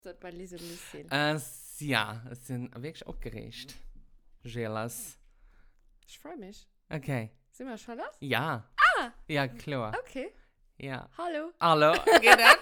Das bei Lisa Lucille. Ja, es sind wirklich aufgeregt. Jealous. Ich freue mich. Okay. Sind wir schon los? Ja. Ja, klar. Okay. Ja. Hallo. Hallo. Geht das?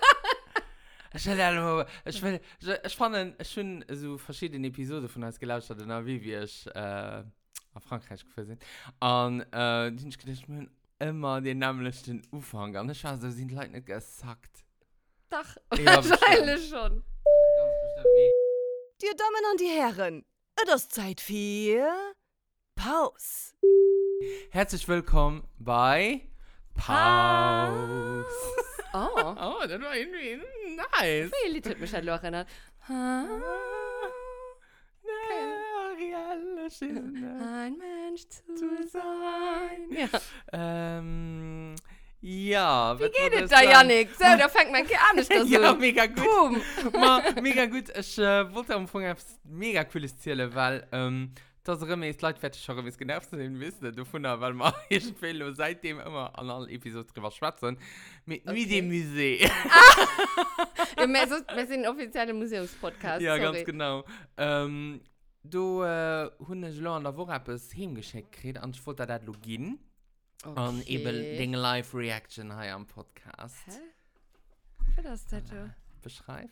Ich fand schon so verschiedene Episoden von uns gelauscht, wie wir auf Frankreich gefahren sind. Und ich gedacht, immer den nämlichen Anfang. Und ich war so, sind die Leute nicht gesagt. Doch, Ja, wahrscheinlich schon. Die Damen und die Herren, es ist Zeit für Pause. Herzlich willkommen bei Pause. Oh, Das war irgendwie nice. wie Lied hat mich halt auch erinnert. Ein Mensch zu sein. Ja. Ja. Wie geht es da, Jannik? So, da fängt man an, ist das so. Ja, mega gut. Boom. Mega gut. Ich wollte am Anfang etwas mega cooles erzählen, weil das Remme ist Leute fertig, schon wie es genervt sind, wissen davon, weil wir irgendwie seitdem immer an allen Episoden drüber schwatzen. Mit Musée Musée. Ja, wir sind ein offizieller Museumspodcast. Ja, sorry. ganz genau. Du hast an der Woche etwas hingeschickt gekriegt und ich wollte das login. Und eben den Live-Reaction hier am Podcast. Hä? Was ist das da? Beschreib.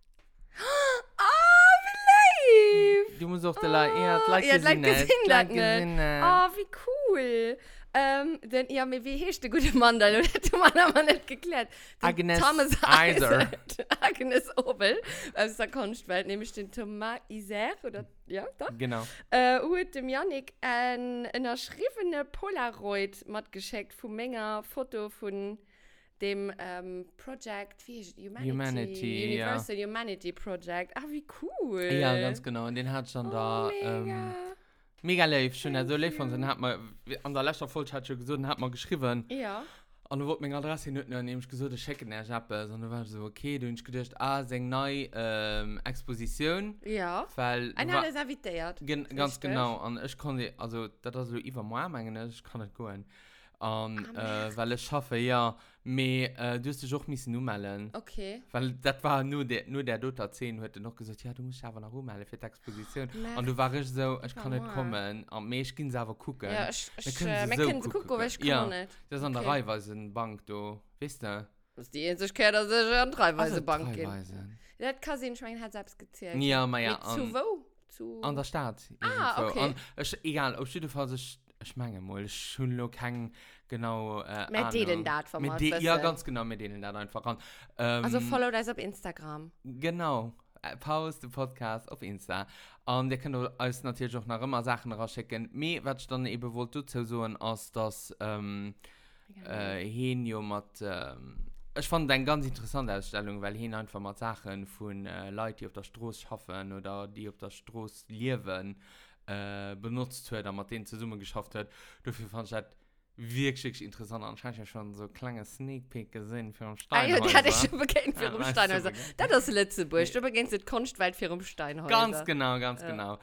Oh, wie live! Du musst auch die Like gesehen nicht. gesehen. Oh, wie cool. Denn ja, mir wie heißt der gute Mann da? Das hat man aber nicht geklärt. Den Agnes Thomas Iser. Agnes Obel aus der Kunstwelt, nämlich den Thomas Iser, oder? Ja, da? Genau. Hat dem Jannik ein erschriebene Polaroid mitgeschickt von Menger Foto von dem Project, wie ist Humanity, Universal Humanity Project. Ah, wie cool. Ja, ganz genau. Und den hat schon da. Mega live, schon. Also live von den hat man, an der letzten Folge hat schon gesagt, hat man geschrieben. Ja. Und dann wurde meine Adresse nicht mehr, nämlich gesagt, ich checken nicht ab. Sondern war so, okay, du hast gedacht, seine neue Exposition. Ja. Weil. Ein alles invitiert. Ganz genau. Und ich konnte, also, das ist so über mir, meine ich kann nicht gehen. Und, weil ich schaffe, ja, aber du hast dich auch müssen ummelden. Okay. Weil das war nur der Dota 10 heute noch gesagt, ja, du musst aber noch ummelden für die Exposition. Und du warst so, ich kann nicht kommen. Und ich kann selber gucken. Ja, wir können so gucken, aber ich kann nicht. Das ist an der Raiffeisen-Bank, du, weißt du? Das ist die Einzigkeit, dass ich an Dreiweise Bank gehe. Raiffeisen. Das kann sie nicht, hat selbst gezählt. Ja, aber ja. Zu wo? An der Stadt. Ah, okay. Und egal, auf jeden Fall, ich meine mal, schon noch kein genau mit denen das von mir. Ja, ganz genau, mit denen das einfach an. Also follow das auf Instagram. Genau. Pause den Podcast auf Insta. Und ihr könnt uns natürlich auch noch immer Sachen rausschicken. Mir was ich dann eben wohl dazu sagen, als das Henio mit ich fand eine ganz interessante Ausstellung, weil hier einfach mal Sachen von Leuten, die auf der Straße schaffen oder die auf der Straße leben, benutzt hat, und mit denen zusammen geschafft hat. Dafür fand ich das wirklich interessant. Anscheinend ja schon so kleine Sneak Peek gesehen für den Steinhäuser. Ah ja, das hatte ich schon bekannt für den Steinhäuser. Das ist Lützeburg. Du beginnst die Kunstwelt für den Steinhäuser. Ganz genau.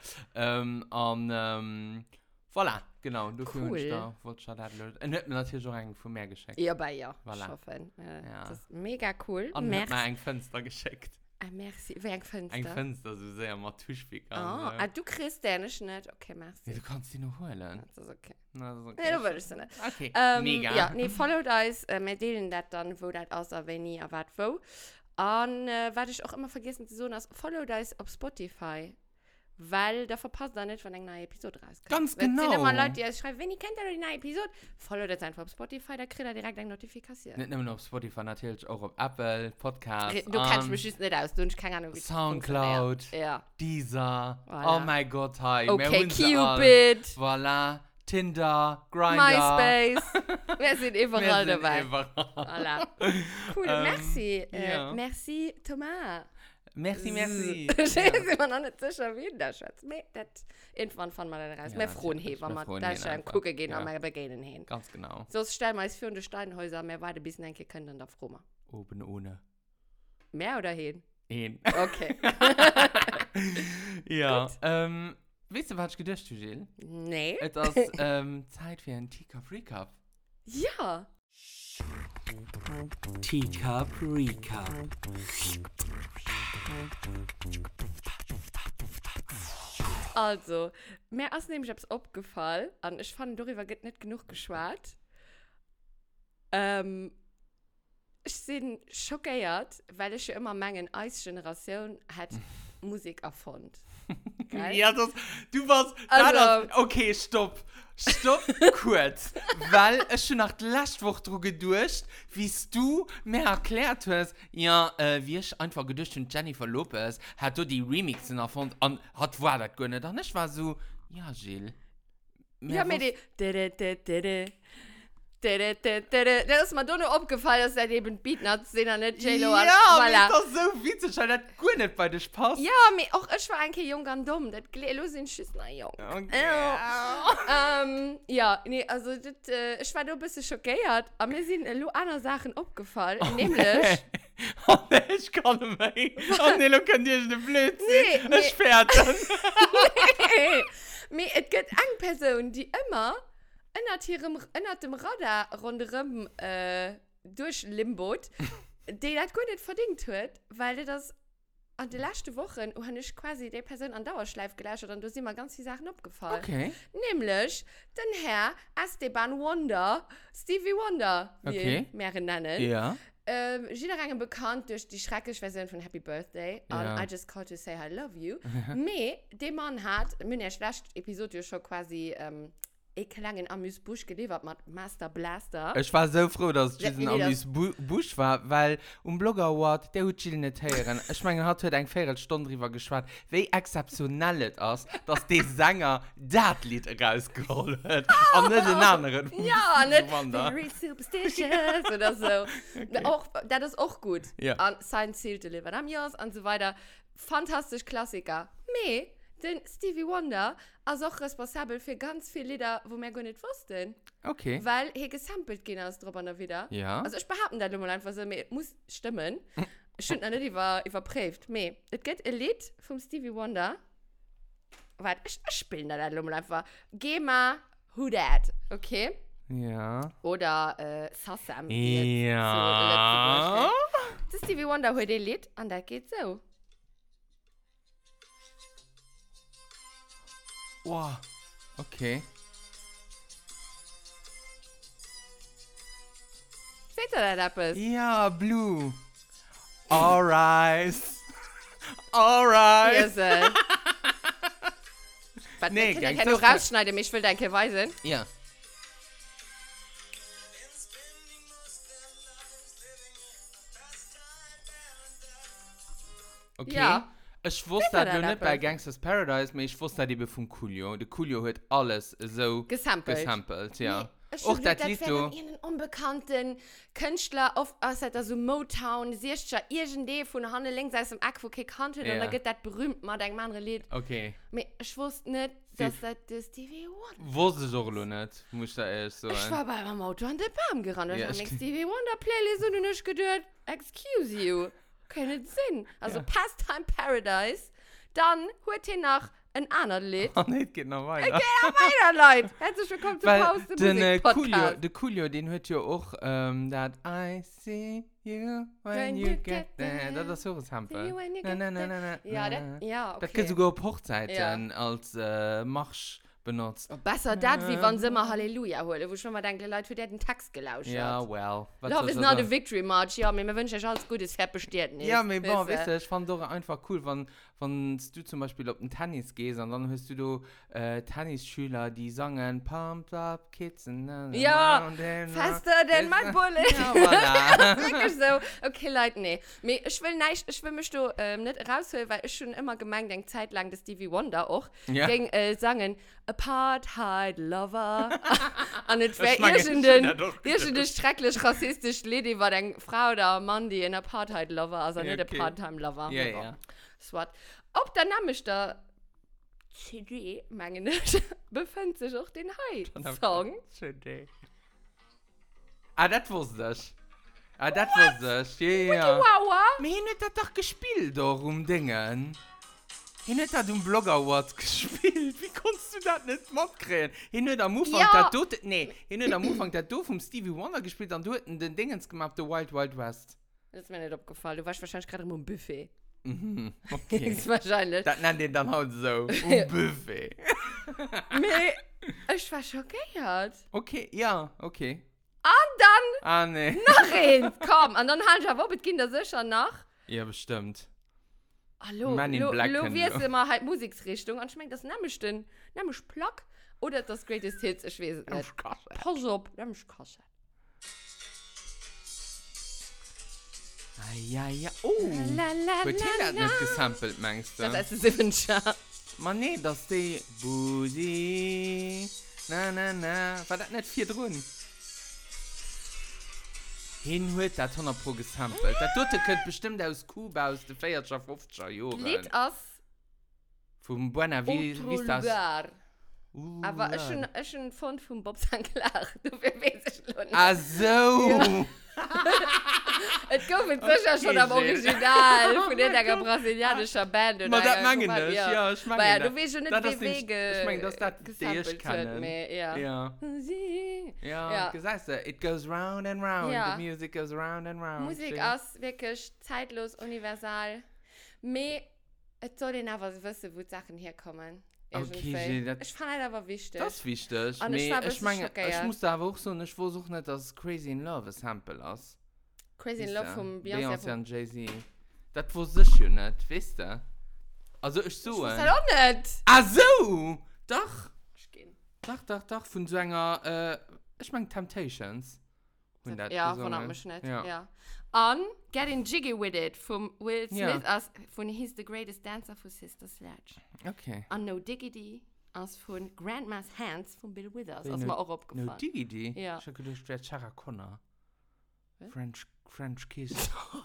Voilà, genau. Du cool. Da wollte ich das lösen. Und hat mir natürlich auch einen von mir geschickt. Ja, bei ja. Voilà. Schaffen. Ja. Das ist mega cool. Und hat mir ein Fenster geschickt. Ah, merci. Wer ein Fenster? Ein Fenster, so sehr Matuschwig. Du kriegst den nicht. Okay, merci. Ja, du kannst die noch holen. Das ist okay. Na, das ist okay. Nee, du willst sie nicht. Okay, mega. Ja, nee, followt uns. Wir teilen das dann, wo das aussieht, wenn ihr erwartet, wo. Und was ich auch immer vergessen zu sagen, ist, followt uns auf Spotify. Weil da verpasst ihr nicht, wenn eine neue Episode rauskommt. Ganz Wenn genau. sind immer Leute, die schreiben, wenn ihr kennt die neue Episode, followt das einfach auf Spotify, da kriegt ihr direkt eine Notifikation. Nicht nur auf Spotify, natürlich auch auf Apple, Podcast. Du kannst mich jetzt nicht aus, du hast keine Ahnung, wie Soundcloud, ja. Deezer, Voilà. oh mein Gott, hi. Okay, Cupid. Voilà, Tinder, Grindr. MySpace. Wir sind überall dabei. Überall. Voilà. Cool, merci. Ja. Merci, Thomas. Merci. Ich bin mir noch nicht sicher, wie das ist. Irgendwann fahren wir da raus. Ja, wir frohen natürlich, wenn wir wir da frohen schon einfach. gucken gehen, Ja. und wir begehen hin. Ganz genau. So stellen wir uns für die Steinhäuser, wir warten bis denke können dann da froh. Oben ohne. Mehr oder hin? Ein. Okay. Ja. Weißt du, was ich gedacht habe, Jill? Nee. Es ist Zeit für einen Teacup Recap. Ja. Teacup Recap. Also, mehr als nämlich hab's abgefallen und ich fand, darüber geht nicht genug geschwärzt. Ich bin schockiert, weil ich schon immer meine Eis-Generation hat Musik erfunden. Geil? Ja, du warst. Also- Okay, stopp, kurz. Weil es schon nach der letzten Woche drüber gedurcht, wie du mir erklärt hast, ja, wie ich einfach gedurcht und Jennifer Lopez hat du die Remixen erfunden und hat war das gar nicht. Und ich war so, ja, Gilles. Ja, mir die. Das ist mir doch nur aufgefallen, dass er eben Beat hat, den er nicht J-Lo hat. Ja, Voilà. aber ist doch so witzig, weil das gar nicht bei dir passt. Ja, aber auch ich war eigentlich jung und dumm. Das Glelo sind schüss nach jung. Okay. Ja, nee, also das, ich war da ein bisschen schockiert, aber mir sind andere Sachen aufgefallen, nämlich... Oh, nee, ich kann nicht mehr. Oh, nee, du kannst dir nicht Blödsinn. Nee, Ich fährt. Nee, es gibt eine Person, die immer in dem Radar rundherum durch Limbot, die das gut nicht verdient hat, weil die das an den letzten Wochen habe ich quasi die Person an Dauerschleife gelöscht und da sind mir ganz viele Sachen aufgefallen. Okay. Nämlich den Herr Esteban Wonder, Stevie Wonder, wie Okay. wir ihn nennen. Ja. Jeder Range bekannt durch die schreckliche Version von Happy Birthday Ja. und I Just Called to Say I Love You. Me, der Mann hat, in der letzten Episode schon quasi langen Amüs-Busch geliefert mit Master Blaster. Ich war so froh, dass Ja, diesen nee, Amis Busch war, weil Blogger Award, der hat Jill nicht hören. Ich meine, er hat heute eine Viertelstunde drüber geschwärzt, wie exceptionell es ist, dass der Sänger das Lied rausgeholt hat. Und nicht den anderen. Ja, nicht Wonder. very superstitious oder so. Okay. Auch, das ist auch gut. Ja. Und sein Ziel delivered am Jahr und so weiter. Fantastisch Klassiker. Me, den Stevie Wonder ist auch responsabel für ganz viele Lieder, wo wir gar nicht wussten. Okay. Weil hier gesampelt gehen aus drüber noch wieder. Ja. Also ich behaupte da mal einfach so, mir muss stimmen. Stimmt noch nicht überprüft. Me, es gibt ein Lied vom Stevie Wonder. Warte, ich spiele da mal einfach. Geh mal Who Dat, okay? Ja. Oder Sassam. Ja. Das ist Stevie Wonder heute Lied und das geht so. Wow. Okay. Seht ihr da etwas? Ja, Blue. Alright. Alright. Yes, Was, Nee, kann gang, du das- rausschneiden, ich will deine weisen. Ja. Okay. Ja. Ich wusste Wer war das da noch nicht bei dabei? Gangsters Paradise, aber ich wusste das eben von Coolio. Der Coolio hat alles so Gesampelt. ja. Ich Auch schon das das Lied wären da. einen unbekannten Künstler, oft aus so Motown, siehst du irgendwie von Hanne links aus dem Eck, wo kein Kante und Ja. dann geht das berühmt mal dein andere Lied. Okay. Aber ich wusste nicht, dass das Stevie Wonder. Wusste ich auch noch nicht, muss ich da erst so Ich war bei meinem Auto an den Baum gerannt und Ja, habe mir stimmt. Stevie Wonder Playlist und nicht gedacht, excuse you. Keinen Sinn. Also Ja. Pastime Paradise. Dann hört ihr noch ein anderes Lied. Oh, nicht, geht noch weiter. Okay, weiter, Leute. Herzlich willkommen zum Weil Pause den Musik Coolio, Podcast. der Coolio, den hört ja auch, that I see you when When you you get get there. there. Das ist so ein See Sample. you when you Na, get na, na, there. na, Ja, na. ja, Das okay. geht sogar auf Hochzeiten als Marsch benutzt. Besser das, wie wenn sie mal Halleluja holen, wo schon mal denke, Leute, für den Text gelauscht Ja, hat. well. Was Love soll is ich not sagen? a victory march. Ja, mir wünsche ich alles Gutes, Herr besteht nicht. Ja, aber bon, Weißt weißt du, ich fand doch einfach cool, wenn du zum Beispiel auf den Tennis gehst und dann hörst du Tennisschüler, die sagen Pumped Up Kids und Ja, und dann, Fester denn mein Bulle. Ja, voilà. Wirklich so. Okay, Leute, nee. Me, ich will mich da nicht rausholen, weil ich schon immer gemeint, eine Zeit lang, dass Stevie Wonder auch Ja. ging sagen, Apartheid Lover. Und es Das wäre mag ich schon, ja, irgendein doch. schrecklich rassistisch Lied, war eine Frau oder ein Mann, die ein Apartheid Lover, also Ja, nicht okay. ein Part-Time Lover. Ja, ja. SWAT. Ob der Name ist der CD, meine ich, befindet sich auch den High-Song. Ah, das wusste ich. Das wusste ich. Ja, ja. Wow, Aber hier hat das doch gespielt, doch, um Dingen. Hier hat das um Blogger Awards gespielt. Wie konntest du das nicht mitkriegen? Hier hat am Anfang Ja. das dort, nee, hier hat am Anfang das dort vom Stevie Wonder gespielt und du hast den Dingens gemacht, The Wild Wild West. Das ist mir nicht aufgefallen. Du warst wahrscheinlich gerade im Buffet. Okay. Ist wahrscheinlich. Das nennt ihr dann halt so. Buffet. Ich war schockiert. Okay, ja, okay. Und dann Ah, nee. noch eins. Komm, und dann haben wir mit Kinder sicher noch. Ja, bestimmt. Hallo, Man in Black du kennen wirst wir. immer halt Musiksrichtung und ich meine, das nämlich Plug oder das Greatest Hits, ich weiß es nicht. Pass auf, nämlich Kassett. Ja, ja. Oh. Wird hier das nicht gesampelt, meinst du? Das ist Seven Chart. Man, nee, das ist die Busi. Na. War das nicht 4 drin? Hin wird das 100% gesampelt. Das Tote könnte bestimmt aus Kuba, aus den 40er, 50er Jahren. Lied aus Vom Buena, wie ist das? Lugar. Aber ich schon Fond von Bob Sinclair. Du weißt es schon. Ach so. Es kommt sicher schon am Original von der brasilianischen Band. Aber das mag ich nicht. Ja, ich mag Weil das. du weißt schon nicht, Das wie ist nicht- Wege ich meine, das ist das, die ich gesampelt kann. wird. mehr, Ja. Ja. Ja. Ja, gesagt, it goes round and round. Ja. The music goes round and round. Musik ist wirklich zeitlos, universal. Aber es soll den aber wissen, wo die Sachen herkommen. Okay, Irgendwie. Ich fand das aber wichtig. Das ist wichtig. Und ich war ein ich bisschen meine, schockiert. ich muss da aber auch so, ich versuche nicht, dass Crazy in Love ein Sample ist. Crazy in Weißt Love du? von Beyoncé Beyoncé. und Jay-Z. Das wusste ich ja nicht, weißt du? Also ich so. Ich wusste das auch nicht. Ach so! Doch, Ich geh. doch, von so einer, ich meine Temptations. Und das Ja, gesungen. von mich nicht. Ja. Ja. Und Getting Jiggy With It von Will Ja. Smith als von He's the Greatest Dancer von Sister Sledge. Okay. Und No Diggity als von Grandma's Hands von Bill Withers. Wen Das ist no- mir auch aufgefallen. No Diggity? Ja. Ich habe gedacht, wäre Sarah Connor. Was? French Kiss.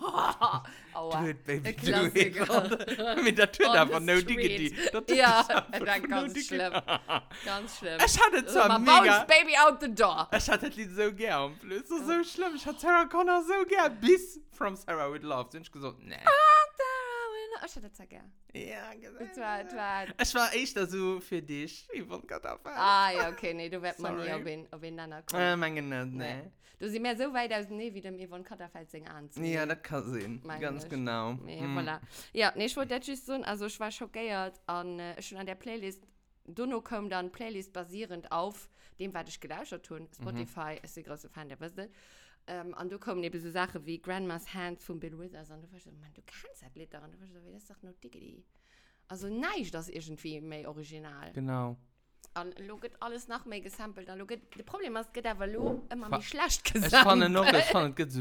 Aua. Do it, baby, Ein do Klassiker. it. Mit der Tür On aber the No street. Diggity. Das ist Ja, das Sample das von No ganz Diggity. schlimm. Ganz schlimm. Ich hatte zwar Mal mega... Bounce Baby out the door. Ich hatte das Lied so gern. Das ist so schlimm. Ich hatte Sarah Connor so gern. Bis From Sarah With Love. Und ich gesagt, nee. Ich hatte das sehr gern. Ja, gesagt. Das war... Ich war echt so für dich. Ich wollte gerade auf. Ja, okay, nee, du wirst mal nie Sorry. auf ihn kommen. Meine nicht, nee. Du siehst mehr so weit aus, nee, wie dem Yvonne Katterfeld singen an. Ja, das kann sein. Meine Ganz ich. genau. Nee, voilà. Ja, nee, ich wollte das just sagen, also ich war schockiert an, schon an der Playlist. Duno kommt dann Playlist basierend auf dem, was ich gelauscht habe. Spotify ist die größte Fan der Welt. Und du kommst eben so Sachen wie Grandma's Hands von Bill Withers und du weißt, man, du kannst das Lied daran, du weißt, das ist doch nur Diggity. Also nein, das ist irgendwie mehr original. Genau. Und du geht alles nach mir gesampelt. Und das Problem ist, geht aber immer mehr schlecht Ich gesampelt. fand es so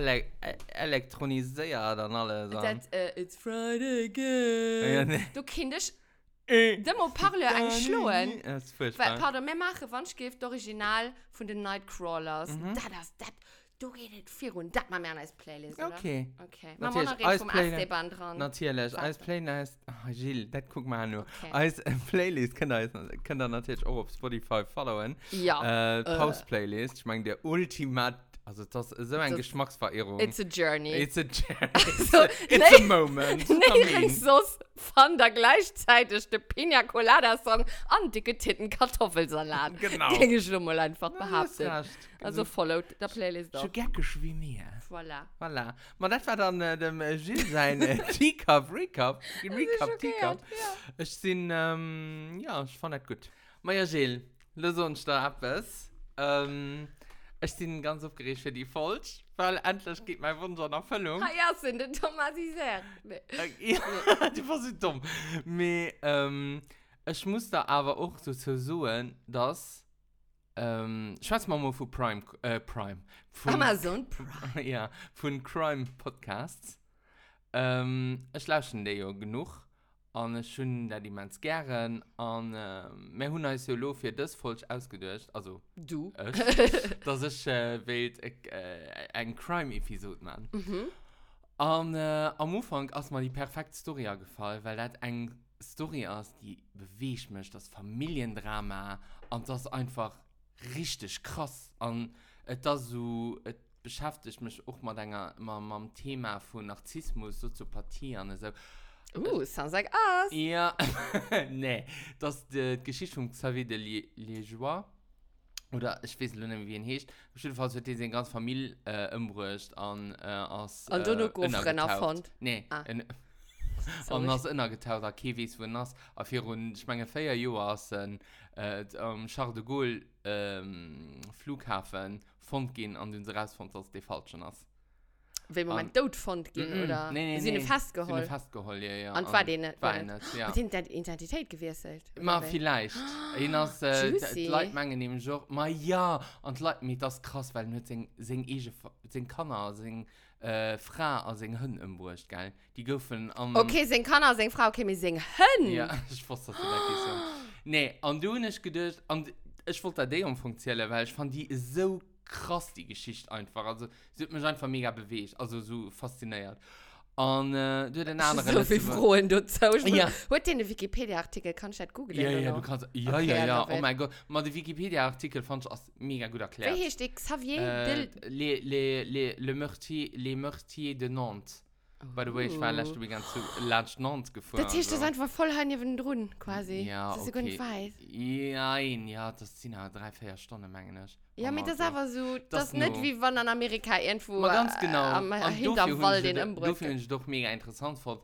elektronisiert und alles. Das, it's Friday again. Ja, nee. Du kindest Demo Parler einschlagen. Das ist Weil, furchtbar. pardon, wir machen Wunschgift Original von den Nightcrawlers. Das, du gehst für und das mal mehr als Playlist, oder? Okay. Okay. Natürlich, Machen wir noch als vom Playlist- SD-Band dran. Natürlich, Warte. als Playlist, Gilles, das guck mal nur. Okay. Als Playlist könnt ihr natürlich auch auf Spotify followen. Ja. Post-Playlist, ich meine, der Ultimat, also das ist so eine Das- Geschmacksverirrung. It's a journey. It's a journey. So, It's a moment. Nee, so von der gleichzeitig der Pina Colada Song an dicke Titten Kartoffelsalat. Genau. Ging ich schon mal einfach Ja, behauptet. das ist recht. Also follow der Playlist So auch. gärkisch wie mir. Voilà. Voilà. Aber das war dann dem Gilles sein Teacup, Recap, Teacup. Ja. Ich bin, ja, ich fand das gut. Aber ja, Gilles, lass uns da etwas. Ich bin ganz aufgeregt für die Folge, weil endlich geht mein Wunsch in Erfüllung. Ah ja, sind die Thomas Isère. Ja, die war so dumm. Aber, ich muss da aber auch so zu sagen, dass, ich weiß mal von Prime, von, Amazon Prime. ja, von Crime Podcasts. Ich lausche die ja genug. Und ich finde die Menschen gern. Und wir haben uns ja für das Folge ausgedacht. Also, Du. dass ich will eine Crime-Episode machen. Mhm. Und am Anfang ist mir die perfekte Story gefallen, weil das eine Story ist, die bewegt mich, das Familiendrama. Und das ist einfach richtig krass. Und das so, beschäftigt mich auch mit dem Thema von Narzissmus, Soziopathie und so. Sounds like us. Ja, nee, das ist die Geschichte von Xavier de Liégeois. Oder ich weiß nicht, wie ihn heißt. Auf jeden Fall hat er seine ganze Familie umgebracht und als. Und du noch Goffren erfand. Nee. Ah. Und das inner getaut, der Kiwis, wenn das auf hier rund, ich meine, 4 Jahre aus Charles de Gaulle Flughafen fand gehen an den rausfand, dass die falschen ist. Wenn man tot fand gehen, oder? Nee, Sie sind festgeholt. Sie festgeholt, ja. Und war die nicht? War nicht, ja. Und die Identität gewechselt? Ma vielleicht. Hinaus, die Leute mengen im Job, ma ja, und die Leute, mit das krass, weil nicht sein Kanner, sein Frau und sein Hund im Bursch, gell? Die gaufen am... Okay, sein Kanner, sein Frau, okay, wir singen Hund. Ja, ich wusste, dass du das nicht so. Nee, und du nicht gedacht, und ich wollte die umfunktionieren, weil ich fand die so krass, die Geschichte einfach. Also, sie hat mich einfach mega bewegt, also so fasziniert. Und du den anderen... So viel Frohen dazu. Ja. Hat den Wikipedia-Artikel, kannst du das googeln? Ja, du kannst... Ja. Oh mein Gott. Aber der Wikipedia-Artikel fand ich als mega gut erklärt. Wie heißt der? Xavier Les Meurtriers de Nantes. By the way, ich war letzte Woche ganz zu Nantes gefahren. Das heißt, das ist einfach voll neben drin, quasi. Ja, das ist okay. gut weit. Ja, das sind ja 3-4 Stunden, meine ich. Ja, mit das ist aber so, das ist nur- nicht wie wenn in Amerika irgendwo Aber ganz genau. am Hinterwald den Du Imbrücken. findest ich doch mega interessant fand.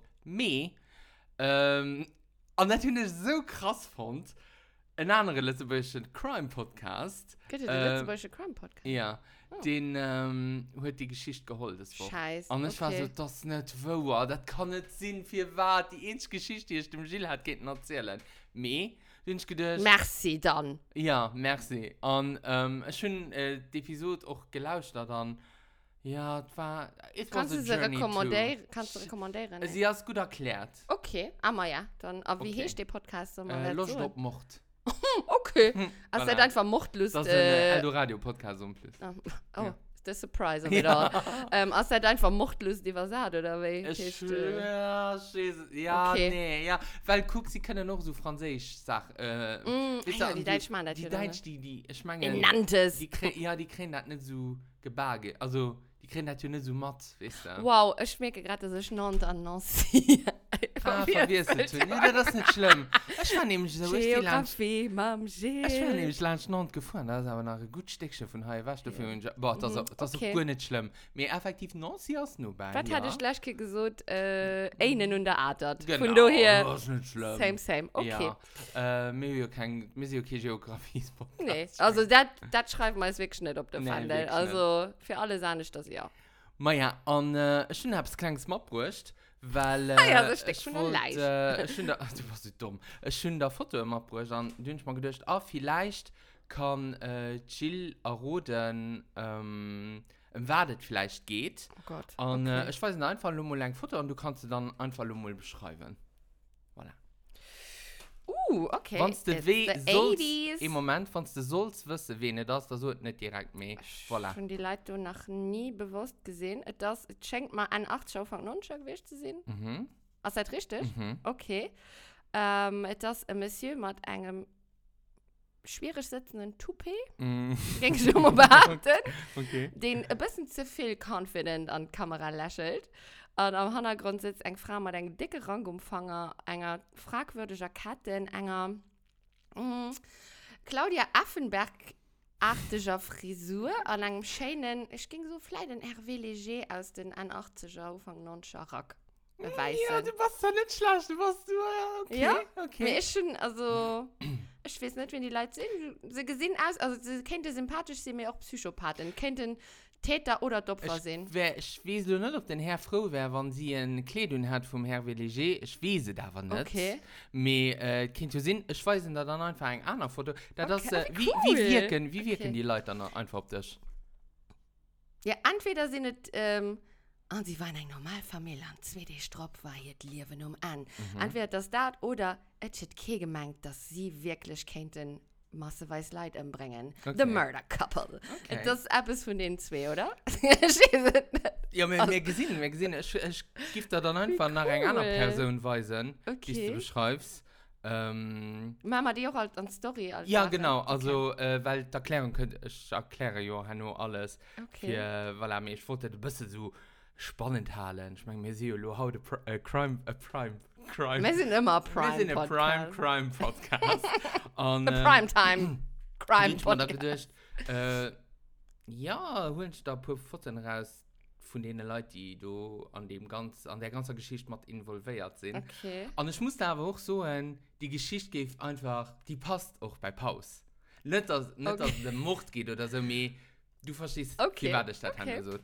Und natürlich so krass fand, ein anderer letzte Crime-Podcast. Geht der letzte Crime-Podcast? Ja. Den hat die Geschichte geholt. Scheiße. Und ich war so, das ist nicht wahr. Das kann nicht sein, für wahr. Die einzige Geschichte, die ich dem Gilles hat, geht nicht erzählen. Me, du hast gedacht. Merci dann. Ja, merci. Und ich habe die Episode auch gelauscht. Dann, ja, es war. Kannst du sie rekommandieren? Sie hat es gut erklärt. Okay, aber ja. Dann, aber wie Okay. heißt der Podcast? Lust auf Mord. Okay. Also Voilà. einfach Mordlust. Das ist ein Eldorado-Podcast um plus. Oh, Ja. ist das Surprise wieder. Also einfach Mordlust, die was hat, oder wie? Ich schwör, ja, Okay. nee, ja. Weil, guck, sie können noch so Französisch Sachen. Ja, die Deutsch machen das Die schon, oder? Deutsch, ich meine. Nantes. Die kriegen das nicht so gebarge. Also, die kriegen das ja nicht so matt, weißt du? Wow, ich merke gerade, dass ich Nantes an Nancy. Verwirrst du. Ja, das ist nicht schlimm. Ich war nämlich so, Geografie, Mam, ich war nämlich lange Nantes gefahren. Das ist aber noch ein gutes Stückchen von hier, weißt du, für uns. Boah, das ist okay. auch gar nicht schlimm. Mir effektiv Nancy ist nur bei. Was hatte ich gleich gesagt? Einen und der Art. Genau, Von daher, das ist nicht schlimm. same. Okay. Ja, wir sind ja kein Geografie-Spot. Nee, also das schreibt man jetzt wirklich nicht auf der Nee, Fahne. wirklich Also für alle sagen ich das ja. Maja, und ich habe es kleines Mal gebraucht, weil ja, das steckt schon leicht. du warst so dumm. Ich habe da Foto immer gebraucht und dann habe ich mir gedacht, vielleicht kann Jill erraten, wer das vielleicht geht. Oh Gott. Und okay. ich weiß nicht, einfach nur mal ein Foto und du kannst es dann einfach nur mal beschreiben. Voilà. Okay. Wenn It's du the sollst, 80s. im Moment, wenn du sollst wissen, wen das so nicht direkt mehr. Voilà. Schon die Leute noch nie bewusst gesehen. Das schenkt mal an 8 Show von 9 gewesen zu sehen. Mhm. Ist das richtig? Mhm. Okay. Das ist ein Monsieur mit einem schwierig sitzenden Toupet. Mhm. Ging schon mal behaupten. Okay. Den ein bisschen zu viel confident an die Kamera lächelt. Und am Hintergrund sitzt eine Frau mit einem dicken Rangumfanger, einer fragwürdigen Katze, einer Claudia Affenberg-artiger Frisur und einem schönen, ich ging so vielleicht ein Hervé Léger aus den 80er, Anfang 90er Rock. Ja, du warst doch nicht schlecht, du warst so, okay. Ja? Okay. Mir ist schon, also, ich weiß nicht, wenn die Leute sehen, sie gesehen aus, also sie könnten sympathisch sein, mir auch Psychopathen, könnten Täter oder Opfer sehen. Ich weiß nur nicht, ob den Herr froh wäre, wenn sie eine Kleidung hat vom Herr Léger. Ich weiß es aber nicht. Okay. Aber könnt ihr sehen, ich weiß da dann einfach ein anderes Foto. Das Okay, wie cool. wirken Okay. die Leute dann einfach auf dich? Ja, entweder sind es, und sie waren eine Normalfamilie, und 2D-Strop war hier das Leben an. Entweder das oder es hat kein gemeint, dass sie wirklich könnten massenweise Leute umbringen. Okay. The Murder Couple. Okay. Das ist etwas von den zwei, oder? Ich weiß es nicht. Ja, wir gesehen, ich gebe da dann einfach nach einer anderen Person weisen, die Okay. du beschreibst. Mama, die auch halt an Story. Als Ja, Sache. genau, also, weil die Erklärung könnte, ich erkläre ja nur alles. Okay. Weil ich wollte ein bisschen so spannend halten. Ich meine, wir sehen ja, how the Crime. Wir sind immer Prime. Wir sind ein Crime Podcast. Und, Primetime Crime ich mir da Podcast. gedacht, ja, holen ich da ein paar Fotos raus von den Leuten, die du an der ganzen Geschichte mit involviert sind. Okay. Und ich muss da aber auch sagen, die Geschichte geht einfach, die passt auch bei Pause. Nicht, dass es um Mord geht oder so, aber du verstehst, wie war das so.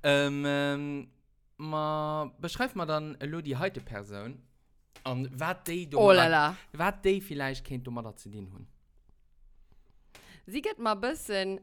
Beschreib mal dann die heute Person und was die vielleicht kennt du mal dazu dienen. Sie geht mal ein bisschen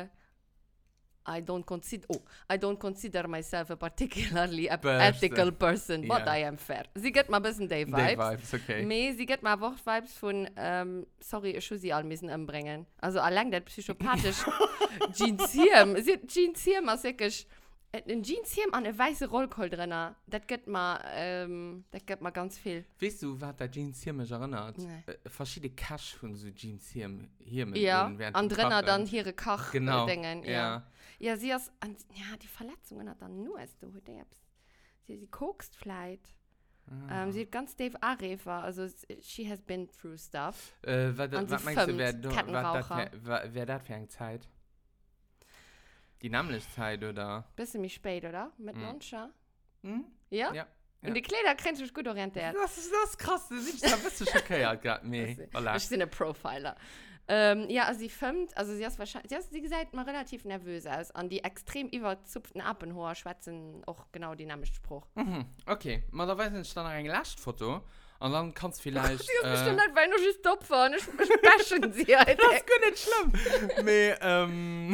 I don't consider myself a particularly ethical person, but I am fair. Sie geht mal ein bisschen die Vibes. Okay. Aber sie geht mal auch Vibes von, sorry, ich muss sie alle müssen umbringen. Also allein der psychopathisch Jeans hier. Jeans hier mal wirklich, ein Jeans hier an eine weiße Rollkohl drin. Das geht mal ganz viel. Weißt du, was der Jeans hier mich erinnert? Nee. Verschiedene Cash von so Jeans hier mit Ja, an drinnen dann ihre Genau. Dingen. Ja. Ja, sie ist, ja, die Verletzungen hat dann nur, als du sie kokst vielleicht. Sie hat ganz Dave Arefa, also she has been through stuff. Was meinst du, wer das für eine Zeit? Die nämliche Zeit, oder? Bisschen mich spät, oder? Mit Launcher? Ja? Ja. Und die Kleider kannst du dich gut orientiert. Das ist krass, du siehst da ein bisschen schockiert gerade. Voilà. Ich bin ein Profiler. Ja, also sie filmt, also sie ist wahrscheinlich, sie gesagt mal relativ nervös aus. Und die extrem überzupften Appenhoher schwätzen auch genau die nämliche Spruch. Okay, mal da weiß ich dann ein Lastfoto. Und dann kannst du vielleicht. Sie ist bestimmt nicht, weil nur sie Opfer. Ich bashen sie halt. Das ist gar nicht schlimm.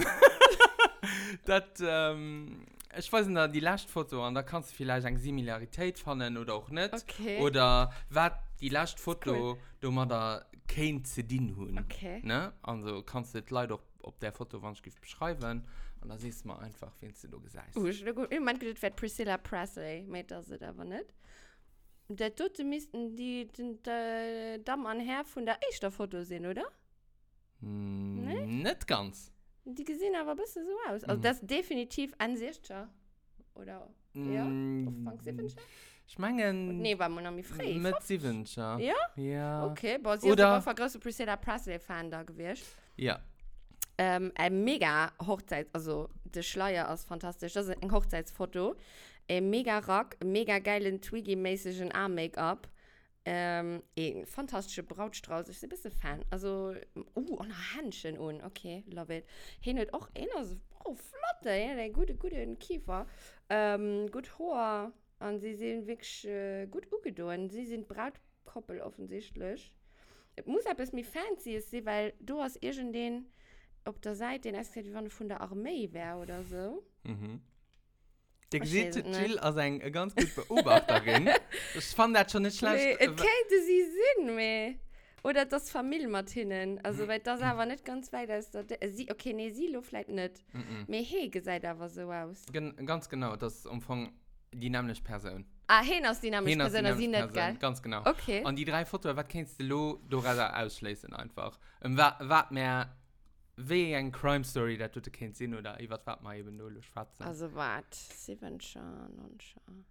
Ich weiß nicht, die Lastfoto, und da kannst du vielleicht eine Similarität finden oder auch nicht. Okay. Oder was die Lastfoto, du mal da kein zu dienen haben. Okay. Ne? Also kannst du das leider auf der Foto beschreiben. Und da siehst du mal einfach, wie du gesagt hast. Ich meine, das wird Priscilla Presley, mit das ist aber nicht. Der Tote müssten die Damen an Herr von der ersten Foto sehen, oder? Nee? Nicht ganz. Die gesehen aber ein bisschen so aus. Also das ist definitiv ein Sichter. Oder? Ja? Anfang 70er? Ich meine... Nee, war man noch nicht frei. Mit 70er. Ja? Ja. Okay, boah, sie ist aber ein großer Priscilla Presley-Fan da gewesen. Ja. Ein mega Hochzeit, also der Schleier ist fantastisch. Das ist ein Hochzeitsfoto. Ein mega Rock, mega geilen Twiggy-mäßigen Arm-Make-up. Ein fantastischer Brautstrauß. Ich bin ein bisschen Fan. Also, und ein Händchen und okay, love it. Hier hat auch einer so, flotte, ja, der gute Kiefer. Gut Haar. Und sie sehen wirklich gut angedauert. Sie sind Brautkoppel offensichtlich. Muss aber mir fancy sein, weil du hast irgendeinen auf der Seite, den hast du gesagt, wie von der Armee wäre oder so. Der sieht Jill als eine ganz gute Beobachterin. Ich fand das schon nicht schlecht. Es könnte sie sein, mehr. Oder das Familie mit hinnen. Also, weil das aber nicht ganz weit ist. Okay, nee, Silo vielleicht nicht. Mir Hege sieht aber so aus. Ganz genau, das ist Umfang die nämliche Person. Ah, hin aus die nämliche Person, sie nicht, gell? Ganz genau. Okay. Und die 3 Fotos, was kannst du da ausschließen einfach? Was mehr... Wie ein Crime Story, das du kennst sehen oder ich was mal eben nur schwarz. Also warte, 7 schon und schon.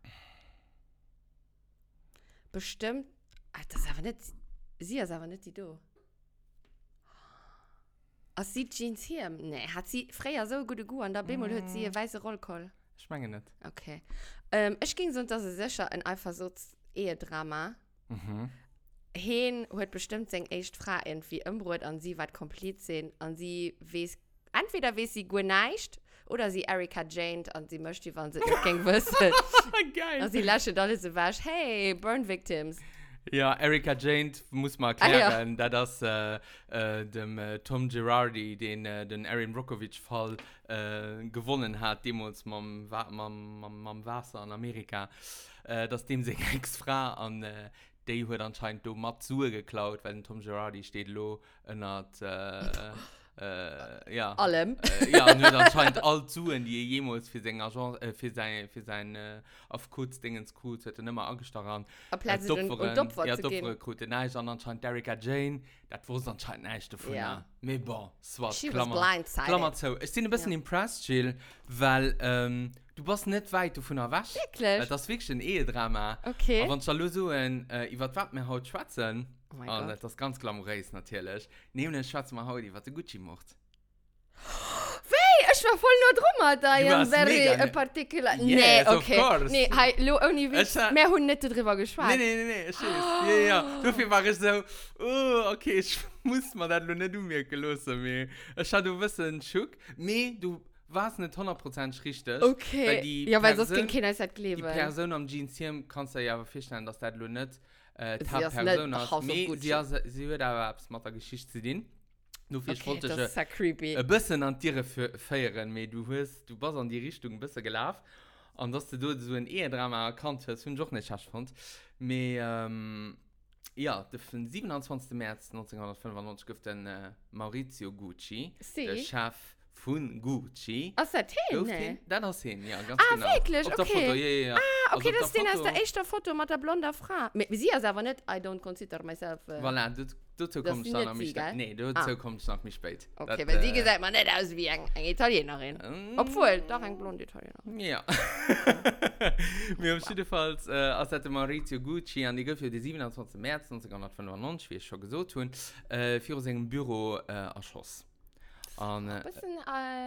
Bestimmt. Ach, das ist aber nicht. Sie ist aber nicht die du. Ach, sie Jeans hier. Nee, hat sie früher so gute Gu an der Bemol hat sie eine weiße Rollkoll. Ich meine nicht. Okay. Ich ging so, dass es sicher ein Eifersuchts-Ehedrama. Hen hat bestimmt seine erste Frau irgendwie umgebracht und sie wird komplett sehen und sie weiß, entweder weiß sie gut nicht oder sie Erika Jane und sie möchte, wenn sie nicht gehen wissen. Geil. Und sie lässt alles so wasch, hey, Burn Victims. Ja, Erika Jane muss mal erklären, dass dem Tom Girardi den Erin Brockovich-Fall gewonnen hat, damals mit dem Wasser in Amerika, dass dem seine Ex-Frau an die hat anscheinend do mal zugeklaut, weil Tom Girardi steht lo und hat ja allem ja und hat anscheinend all zuen die jemals für sein Agent für sein auf kurz Dingens kurz hat nicht mehr angestarrt und nein anscheinend Erika Jane das war anscheinend nicht davon ja mais bon es war Klammer zu ich bin ein bisschen impressed Jill weil du bist nicht weit davon erwascht. Wirklich? Das ist wirklich ein Ehedrama. Okay. Aber wenn ich so über was wir heute schwatzen, oh mein Gott. Das ist ganz glamourös natürlich, nehmen wir schwarze mal heute, was der Gucci macht. Weh, ich war voll nur drüber, da Du ja warst very mega, a ne? particular. Yes, Nee, of okay. course. Nee, hey, lo, ohne Witz, Ich ha- mehr haben nicht drüber geschwatzt. Nee, ich weiß. Ja. Dafür war ich so, oh, okay, ich muss mal das nicht umwirken lassen. Ich hatte ein bisschen Schock. Nee, du warst nicht 100% richtig. Okay. Ja, weil sonst Person- kein Kind ist das Die Leben. Person am Jeans-Team kannst du ja aber feststellen, dass das nicht Sie Tab-Person ist nicht ist. House of Nee, Gucci. sie wird aber etwas mit der Geschichte zu tun. Dafür Okay, wollte das ich ist ja creepy. ein bisschen an dir feiern, aber du bist an die Richtung ein bisschen gelaufen. Und dass du dort so ein Ehedrama erkannt hast, finde ich auch nicht schlecht fand. Aber ja, den 27. März 1995 gibt den Maurizio Gucci, Sie? der Chef von Gucci. Aus der Tee, Auf ne? den- Das ist hin, ja, ganz Ah, genau. wirklich? Auf der Okay. Foto, ja. Ah, okay, Also auf das ist den der aus der Foto- echten Foto mit der blonden Frau. Sie ist aber nicht, I don't consider myself. Voilà, dazu Das kommst ist du nicht dann sie, mich gell? Nee, dazu kommst du noch mich spät. Okay, Das, weil sie gesagt man nicht aus wie eine Italienerin. Obwohl, doch ein blonde Italienerin. Ja. Wir haben jedenfalls als der Maurizio Gucci an die für den 27. März 1995, wie ich schon gesagt habe, für sein Büro erschossen. Und, Ein bisschen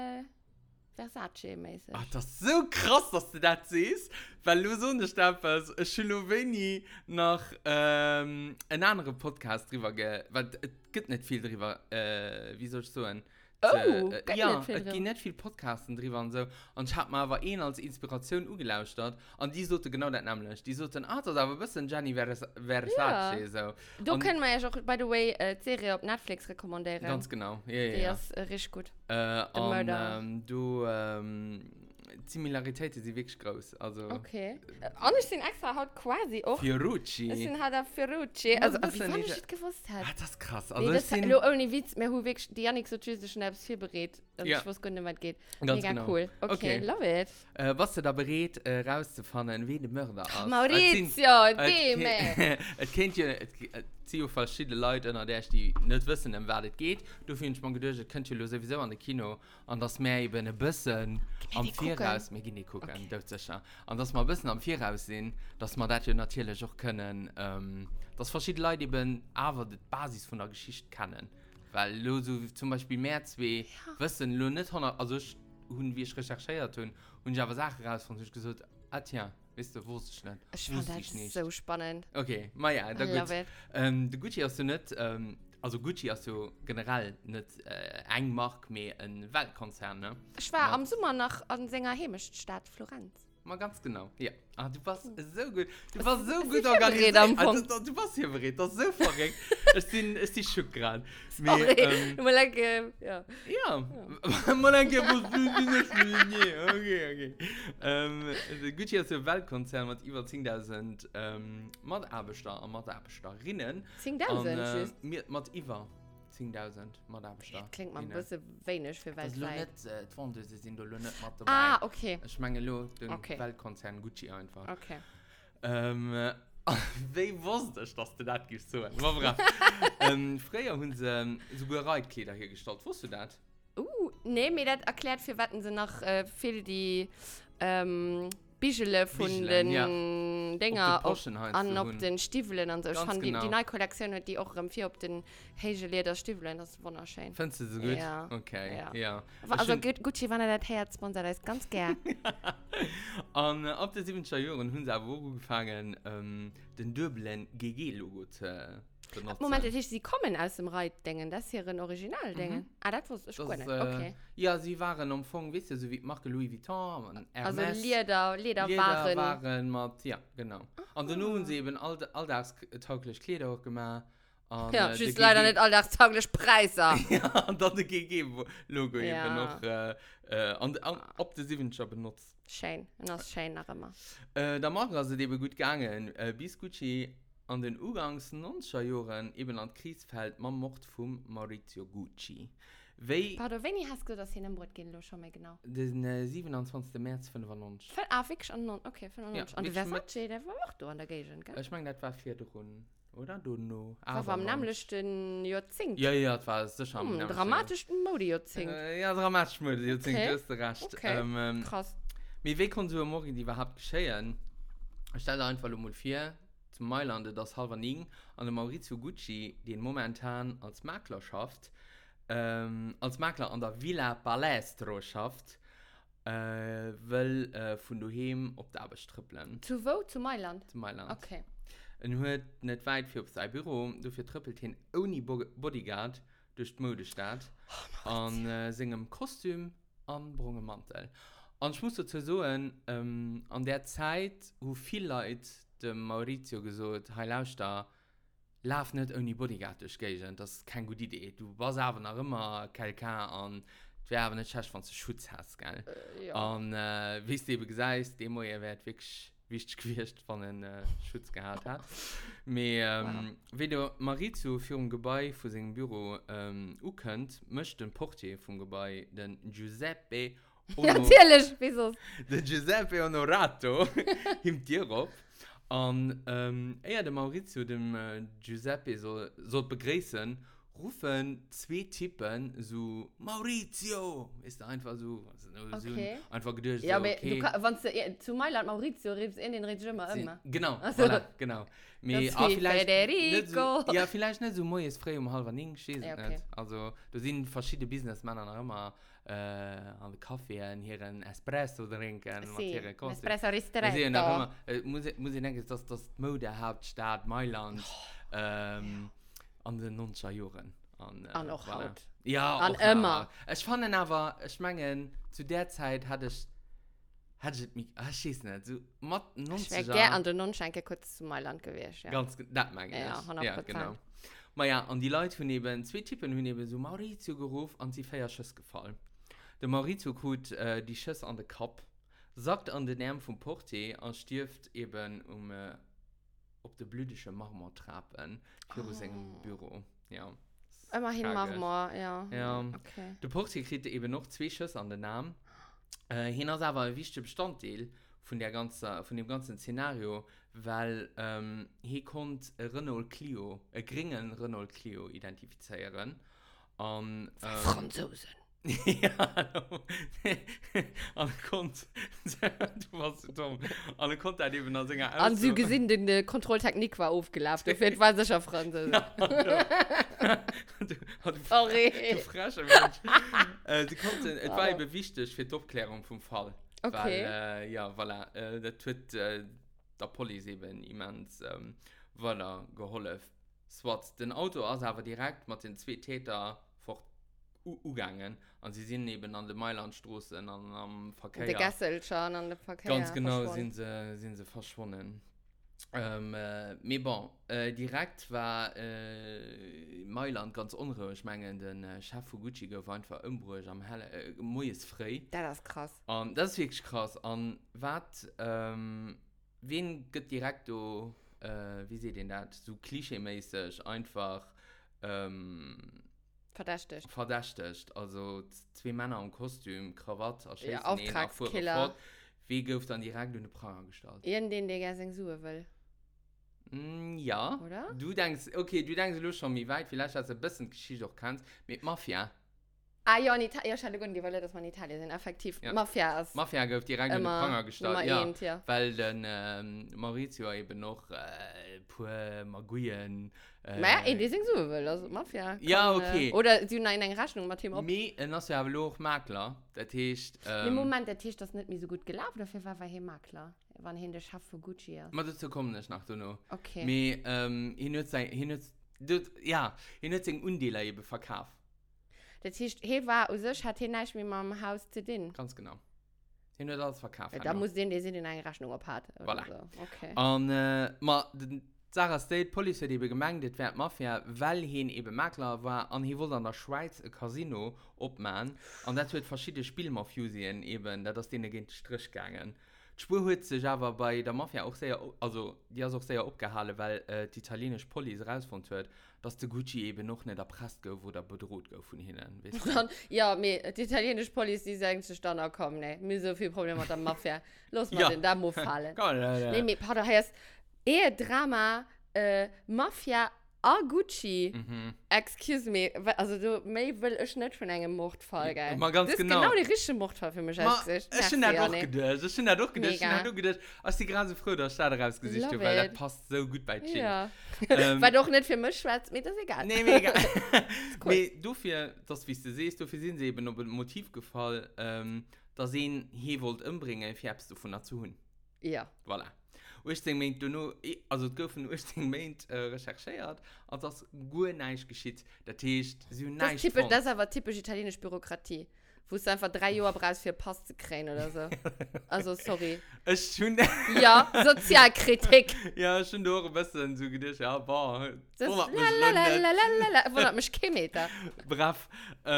Versace-mäßig. ach, das ist so krass, dass du das siehst, weil du so eine Stapel Schilowini nach einem anderen Podcast drüber weil es gibt nicht viel drüber, wie soll ich sagen? Geht Ja, nicht viel es drüber. gibt nicht viel Podcasten drüber und so. Und ich habe mir aber einen als Inspiration angelauscht. Und die sollte genau das nämlich. Die sollten, das ist aber ein bisschen Gianni Versace. So. Du Und- können wir ja auch, by the way, die Serie auf Netflix rekommandieren. Ganz genau. Ja, Die ja. ist richtig gut. Und Murder. du, Similaritäten sind wirklich groß. Also, Okay. Und ich bin extra halt quasi auch. Fiorucci. Ich bin halt auf Ferrucci. Ja, Also, das wie ist wann nicht- ich das gewusst habe. Ah, das ist krass. Nee, Also, das das sind ist ohne Witz, mir hu wirklich die Janik so tschüss, ich habe es viel berät und Ja. ich wusste gar nicht, was geht. Ganz Mega genau. cool. Okay, Okay. love it. was du da berät, rauszufinden, wie der Mörder ist. Maurizio, dem, Es kennt ja, es sind verschiedene Leute, die nicht wissen, um was es geht. Du findest man gedacht, das könnt ihr sowieso an der Kino. Und das mehr eben ein bisschen am die gucken? Voraus, wir gehen nicht gucken, das ist sicher. Und dass wir ein bisschen am Voraus sehen, dass wir das ja natürlich auch können, dass verschiedene Leute eben aber die Basis von der Geschichte kennen. Weil du so zum Beispiel mehr zwei wissen, du nicht 100, also ich, wie ich recherchiert habe, und ich habe Sachen raus und ich gesagt, ah tja, weißt du, wusste ich nicht. Ich fand Wusste das nicht. so spannend. Okay, ma ja, da I gut. love it. Der Gucci hast du nicht, also Gucci hast du generell nicht eine Marke mehr ein Weltkonzern, ne? Ich war Ja. am Sommer noch an seiner Heimatstadt Florenz. Mal ganz genau, ja. Ah, du warst so gut. Du warst so gut hier organisiert. berät am Also, Punkt. du warst hier berät, das ist so verrückt. Ich bin schock gerade. Sorry. Nur like, ja. Ja, mal ein okay. Gucci ist ein Weltkonzern mit über 10.000 Mitarbeiter und Mitarbeiterinnen. 10.000 tschüss. Mit über 10.000 Mitarbeiter. Klingt mal ein bisschen wenig für Das ist weltweit. nicht, die Fondöse sind da nicht mit dabei. Ah, okay. Ich meine, den Okay. Weltkonzern Gucci einfach. Okay. Wie wusste ich, dass du das gibst? So, früher haben sie sogar Reitkleider hier gestaltet. Wusstest du das? Nee, mir das erklärt, für was sie noch viele die Bischele von Bischelen, den ja. Dinger Auf den Poschen heißt an sie auf hun. den Stiefeln und so. Ich Ganz fand genau. die neue Kollektion hat die auch viel auf den Hege Lederstiefeln, das ist wunderschön. Findest du so gut? Ja. Okay, Ja. ja. Also Ich find- Gucci, wenn er das Herz sponsert, das ist ganz gern. Und ab den 70er Jahren haben sie auch angefangen, den Döblen GG-Logo zu benutzen. Moment, das ist, sie kommen aus dem Reit-Dingen, das ist hier ein Original-Dingen. Ah, das wusste ich Das gar ist, nicht. Okay. Ja, sie waren am Anfang, weißt du, so wie Marke Louis Vuitton und Also Hermes. Lederwaren. Lederwaren mit, ja, genau. Und dann haben sie eben alltagstaugliche Kleider auch gemacht. Und, Ja, der just leider GG nicht alltagstauglich Preise. Ja, und dann der GG-Logo Ja. eben noch und ab der 70er benutzt. Schön. Und das ist schön nach immer. Da machen also eben gut gegangen, bis Gucci an den Ugangs 90er Jahren eben an Kriegsfeld man Mord von Maurizio Gucci. Wie Pardon, wenn ich hast du das hier in Brot gehen, schon mal genau. den 27. März 95. Ah, wirklich an okay, von Ja, und wirklich Versace, der war auch da an der Gegend, gell? Ich meine, das war 4 Runden, oder? Du no. Das war am nämlichsten Jahrzehnt. Ja, das war sicher am nämlichen. Dramatischsten Mode-Jahrzehnt. Ja, dramatisch Mode, jetzt Okay. du hast recht. Okay. Krass. Wie kann so morgen die überhaupt geschehen? Ich stelle einfach mal 4 zum Mailand, das halber Ning, an den Maurizio Gucci, den momentan als Makler schafft, als Makler an der Villa Palestro schafft, will von daheim auf der Arbeit trippeln. Zu wo? Zu Mailand? Zu Mailand. Okay. Und hat nicht weit für sein Büro, dafür trippelt ihn ohne Bodyguard durch die Modestadt an seinem Kostüm an Brungemantel. Und ich muss dazu sagen, an der Zeit, wo viele Leute dem Maurizio gesagt haben, hey, lauf da, lauf nicht ohne Bodyguard durch Gegend, das ist keine gute Idee. Du warst aber noch immer KLK und du wärst aber nicht schlecht, wenn du Schutz hast, gell? Ja. Und wie du eben gesagt hast, Demo wird wirklich wichtig gewesen, wenn er einen Schutz gehabt hat. Aber wie du Maurizio für ein Gebäude für sein Büro könnt, möchte ein Portier vom Gebäude, den Giuseppe Natürlich, wieso? Der Giuseppe Onorato im Tirop. Und der Maurizio dem Giuseppe soll begrüßen, rufen zwei Typen so Maurizio. Ist einfach so, Okay. so einfach gedacht, Ja, so, aber okay. wenn du zu Mailand Maurizio riefst, in den Regime immer. Genau, Also, voilà, genau. Das wie Federico. Ja, vielleicht nicht so morgens frei um 8:30 Ja, okay. nicht. Also, da sind verschiedene Businessmänner noch immer an den Kaffee und hier einen Espresso trinken. und Sí, hier Kaffee. Espresso Wir sehen auch Ristretto. immer, muss ich denken, dass das die Modehauptstadt Mailand an den 90er Jahren. An auch Haut. Ja, An auch immer. Ich fand aber, ich meine, zu der Zeit hatte ich mich, ich weiß nicht, so mit Ich wäre 90er. gerne an den Nonschenke kurz zu Mailand gewesen. Ja. Ganz, das meine ich. Ja, 100%. Ja, genau. Aber ja, und die Leute von eben, zwei Typen haben eben so Maurizio gerufen und sie feiern Schuss gefallen. Der Maurizio kriegt die Schuss an den Kopf, sagt an den Namen vom Portier und stirbt eben auf der blütischen Marmortrappen für sein Büro. Ja. Immerhin Tragisch. machen wir, ja. Ja. Okay. Der Portier kriegt eben noch zwei Schüsse an den Namen. Hier ist aber ein wichtiger Bestandteil von dem ganzen Szenario, weil hier kommt ein Renault Clio, ein geringen Renault Clio identifizieren. Und, Franzosen. ja, und kommt, du warst so dumm, und kommt halt eben aus seiner An so gesehen, die Kontrolltechnik war aufgelaufen. Dafür war sicher Französisch. Sorry. Du frischer Mensch. Sie kommt, es war eben wichtig für die Aufklärung vom Fall. Okay. Weil, ja, voilà, das wird der Polizei eben immens voilà, geholfen. Swat, den Auto ist aber direkt mit den zwei Tätern fortgegangen und sie sind eben an der Mailandstraße und am Verkehr. Der Gassel schon an der Verkehr. Ganz genau sind sie verschwunden. Mais bon, direkt war Mailand ganz unruhig. Ich meine, den Chef von Gucci war einfach unruhig am Morgens frei. Das ist krass. Und das ist wirklich krass. Und was, wen geht direkt so, wie seht ihr das, so klischeemäßig einfach verdächtigt. Also zwei Männer im Kostüm, Krawatte, Ja, Auftragskiller. Wie geht dann direkt in den Pranger gestaltet? Irgendein, der gerne suchen will. Ja. Oder? Du denkst schon wie weit, vielleicht hast du ein bisschen Geschichte auch kannst, mit Mafia. Ah ja, in Italien, ja, Entschuldigung, die wollen, dass man in Italien sind, effektiv. Ja. Mafia ist Mafia geht direkt in den Pranger gestaltet. Nummer Ja, eins, ja. weil dann Maurizio eben noch pur Maguien. Naja, die sind suchen will, also Mafia. Kann, Ja, okay. Oder sie haben eine Rechnung mit dem ob. Das ist ja auch Makler. Das heißt. Im Moment, der Tisch das nicht mehr so gut gelaufen, dafür war er Makler. Er war ein der Chef von Gucci. Aber dazu kommen nicht nach, du noch. Okay. Aber hier nutzt den Undealer eben verkauft. Der Tisch, hier war aus sich, hat er nicht mit meinem Haus zu tun. Ganz genau. Hier nutzt alles verkauft. Ja, da muss den in eine Rechnung abhat. Voilà. So. Okay. Und Sarah State Police hat eben gemeint, das wäre Mafia, weil er eben Makler war und er wollte an der Schweiz ein Casino abmachen. Und das wird verschiedene Spielmafiosen eben, da ist denen gegen den Strich gegangen. Die Spur hat sich aber bei der Mafia auch sehr, also die ist auch sehr abgehalten, weil die italienische Police rausgefunden hat, dass der Gucci eben noch nicht erpresst wird oder bedroht wird von ihnen. Weißt du? Ja, aber die italienische Polizei sagen sich dann auch, komm, ne, mir so viel Probleme mit der Mafia. Los mal Ja. den, da muss fallen. Ja. Nee, pardon, heißt, Drama, Mafia Gucci. Excuse me. Also, du will ich nicht von einem Mordfall, gell? Mal ganz das genau. Das ist genau der richtige Mordfall für mich. Ich bin da doch gedacht. Als die gerade so froh, dass ich da rausgesicht habe, weil das passt so gut bei Ching. Ja. War doch nicht für mich schwarz, mir das ist egal. Nee, mega. Cool. Dafür, das, wie du siehst, dafür sind sie eben auf ein Motiv gefallen, dass sie ihn hier wollt umbringen, wie hast du von dazu hin? Ja. Voilà. Ich denke, du nur, also du hast recherchiert, und das gut nicht geschieht. Das heißt, sie nicht. Das ist aber typisch italienische Bürokratie. Wo es einfach 3 Jahre brauchst für Pass zu kriegen oder so. Also, sorry. Ja, Sozialkritik. Ja, schon doch ein bisschen so gedacht, ja, boah. Das wundert mich kein Meter. Brav.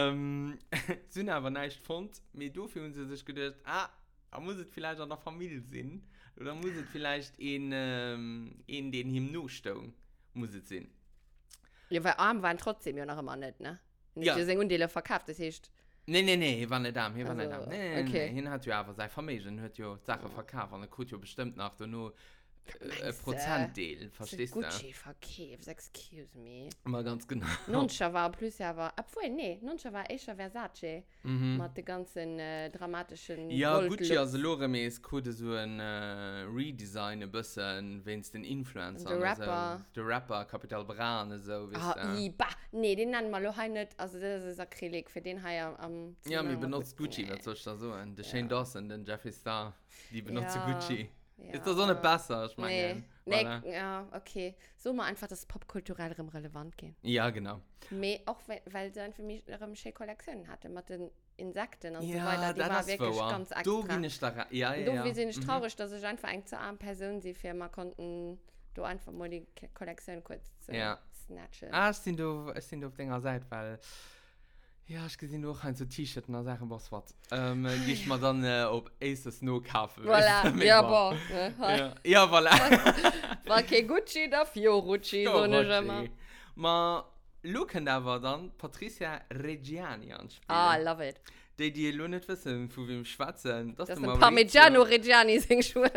Sind aber nicht gefunden. Mit dafür haben sie sich gedacht, da muss es vielleicht an der Familie sein. Oder muss es vielleicht in den Hymnostone muss es sein. Ja, weil Arm waren trotzdem ja noch immer nicht, ne? Ja. Die sind Undele verkauft, das heißt. Nee, hier war nicht da, Nee, okay. Hier hat ja aber seine Familie, hat ja Sachen verkauft und er kriegt ja bestimmt noch nur Prozentteil, verstehst du? Gucci verkauft, excuse me. Mal ganz genau. Nuncha war plus aber, obwohl, nee, Nuncha war echt Versace. Mit den ganzen dramatischen ja, Gucci, also Loreme ist cool, so ein Redesign ein bisschen, wenn es den Influencer der Rapper, Capital Bra und so, nee, den nennen wir noch nicht, also das ist Acrylic, für den hier am ja, wir benutzen Gucci, was soll ich da so? Und der Shane Dawson, den Jeffree Star, die benutzen Gucci. Ja. Ist das so eine besser? Ich meine, nee, ja, okay. So mal einfach das popkulturell relevant gehen. Ja, genau. Auch weil sie für mich eine schöne Kollektion hatte mit den Insekten und ja, so weiter. Die war wirklich ganz extra. Du bin ich da. Ja. Du bin ich traurig, dass ich einfach eine zu arme Person sie für mal konnten, du einfach mal die Kollektion kurz snatchen. Ich sind auf deiner Seite, weil ja, ich gesehen auch ein so T-Shirt und Sachen was gehe ich mal dann auf Aces No kaufen. Voilà, ja, boah. Ja, voilà. War kein Gucci, da Fiorucci, so eine Jammer. Ma, Luken da war dann Patricia Reggiani anspielen. I love it. Die nicht wissen, von wem schwatzen. Das sind Parmigiano Reggiani sing Schuhe.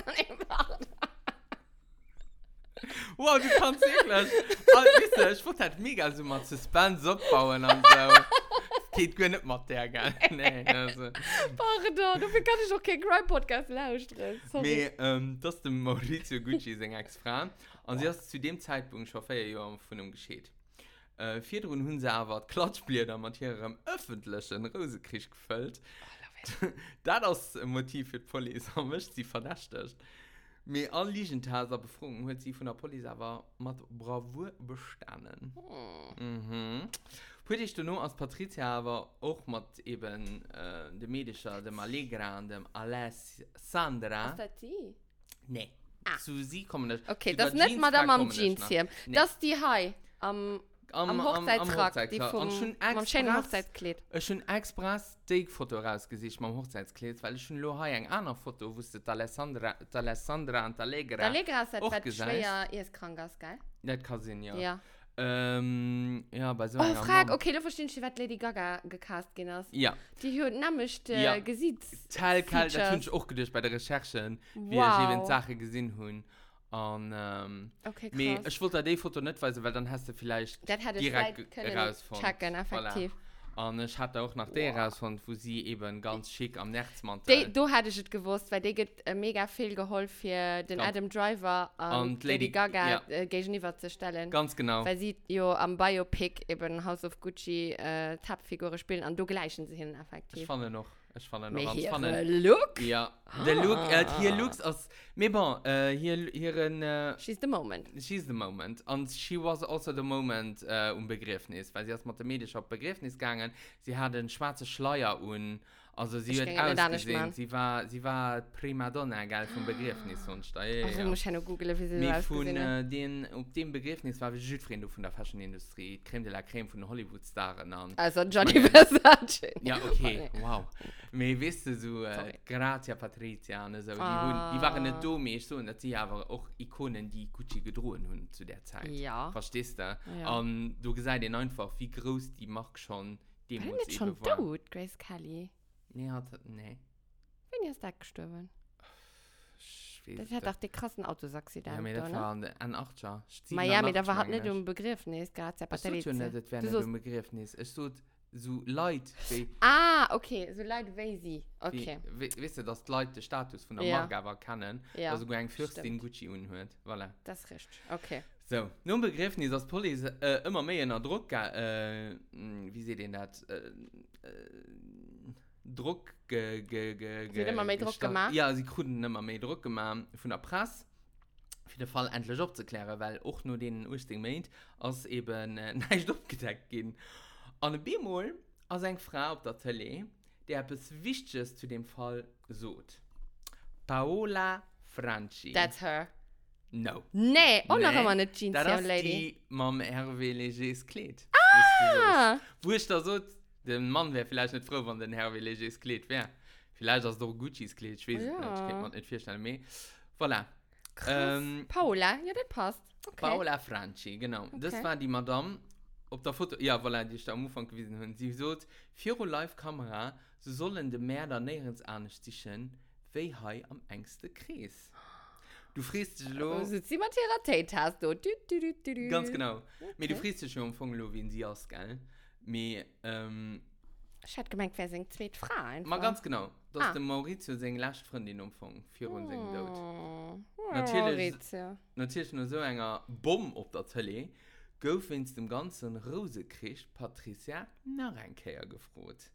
Wow, du kannst wirklich. Ich wollte halt mega so mal Suspense abbauen und so. Geht gar nicht mit der, gell? Nee, also. Pardon, dafür kann ich auch keinen Crime-Podcast lauschen. Sorry. Das ist der Maurizio Gucci, seine Ex-Frau. Und sie hat zu dem Zeitpunkt schon 4 Jahre von ihm geschehen. 4 Jahre haben sie aber Klatschblätter mit ihrem öffentlichen Rosenkrieg gefüllt. Oh, das ist ein Motiv für die Polizei, möchte sie verdächtigt. Mir alle Liegenthäuser befragen, hat sie von der Polizei aber mit Bravour bestanden. Würde ich dann nur als Patricia aber auch mit eben dem Medischer, dem Allegra und dem Alessandra. Was ist das die? Nee. Zu sie kommen nicht. Okay, das ist nicht Madame am Jeans hier. Nee. Das ist die Hai am Hochzeitstrakt, die vom schönen Hochzeitskleid. Ich habe schon express das Foto rausgesicht mit dem Hochzeitskleid, weil ich schon noch ein anderes Foto wusste, Alessandra und Allegra. Allegra ist das schwer, ist krank, gell? Das kann sein, ja. Ja, bei so einer Frage, okay, du verstehst, was Lady Gaga gecast hast. Ja. Die hört nämlich Gesichts. Teil, das habe ich auch gedacht bei der Recherche, wie ich eben Sachen gesehen habe. Und, okay, krass. Ich wollte das Foto nicht weisen, weil dann hast du vielleicht direkt rausgefunden. Checken, effektiv. Voilà. Und ich hatte auch nach der rausgefunden, wo sie eben ganz schick am Nächstmantel. Du hättest es gewusst, weil die gibt mega viel geholfen für den Adam Driver und Lady Gaga gegenüber zu stellen. Ganz genau. Weil sie ja am Biopic eben House of Gucci Tab-Figuren spielen und du gleichen sie hin effektiv. Ich fand noch. Look? Ja, der Look, hier Looks als, mais bon, hier ein, She's the moment. She's the moment. Und she was also the moment Begriffnis, weil sie erst mathematisch auf Begriffnis gegangen, sie hatte einen schwarzen Schleier und, also sie hat ausgesehen, sie war Primadonna, geil, vom Begriffnis sonst. Also muss ich ja noch googeln, wie sie so ausgesehen hat. Auf dem Begriffnis war wie Südfried von der Fashion-Industrie, Creme de la Creme von Hollywood-Starren. Also Johnny Versace. Ja, okay, wow. Aber weißt du, so Grazia Patricia und so, die waren nicht dumm, ich so, und das sind aber auch Ikonen, die Gucci gedroht haben zu der Zeit. Ja. Verstehst du? Ja. Und du gesagt ihnen einfach, wie groß die Macht schon dem uns eben war. War nicht schon tot, Grace Kelly? Nee. Wenn ihr ist da gestorben? Ich Das hat auch die krassen Autos-Accidenten, Ja, mir das oder? war an 8er. Miami, da war halt nicht um Begriffnis, gerade der Ich tue Batterie. nicht, das wäre nicht um Begriffnis. Es tut so Leute wie... Okay, so Leute wie sie. Okay. Weißt du, dass die Leute den Status von der Ja. Marke aber kennen, Ja, also ein Fürstin stimmt. Gucci unhört. Voilà. Das ist richtig. Okay. So, nun Begriffnis, dass Police immer mehr in der Druck, wie seht ihr das? Druck Sie hat immer mehr Druck gemacht? Ja, sie konnten immer mehr Druck gemacht von der Presse, für den Fall endlich abzuklären, weil auch nur den ursprünglichen Moment als eben nicht abgedeckt gehen. Und ein Bemol als eine Frau auf der Tele, die etwas Wichtiges zu dem Fall sagt. Paola Franchi. That's her. No. Nee, auch noch Nee, immer eine Jeans, Das Young ist Lady. die Mam Hervé Légers Kleid. Ah! Wo ich da so, der Mann wäre vielleicht nicht froh, wenn der Hervé Légers Kleid wäre. Vielleicht ist es doch Gucci's Kleid, ich weiß es Ja. nicht, ich kann mir nicht vorstellen mehr. Voilà. Krass. Paola, ja, das passt. Okay. Paola Franchi, genau. Das Okay. war die Madame, auf der Foto, ja, voilà, die ist da am Anfang gewesen. Und sie sagt, für eine Live-Kamera, sie sollen die Mörder nirgends anstechen, wie er am engsten Kreis. Du frisst dich lo, Also, sie mal Therapie hast du. ganz genau. Okay. Aber du frisst dich schon am Anfang lo, wie sie ist, gell? Aber, Ich hätte gemeint, wer sind zwei Frauen. mal ganz genau, das Ah. ist der Maurizio seine letzte Freundin am Anfang, für uns seinen Tod. Oh, Natürlich- Maurizio. Natürlich nur so einer Bombe auf der Tele, gouf wenn es dem ganzen Rosekrieg Patricia nach ein Kehr gefroht.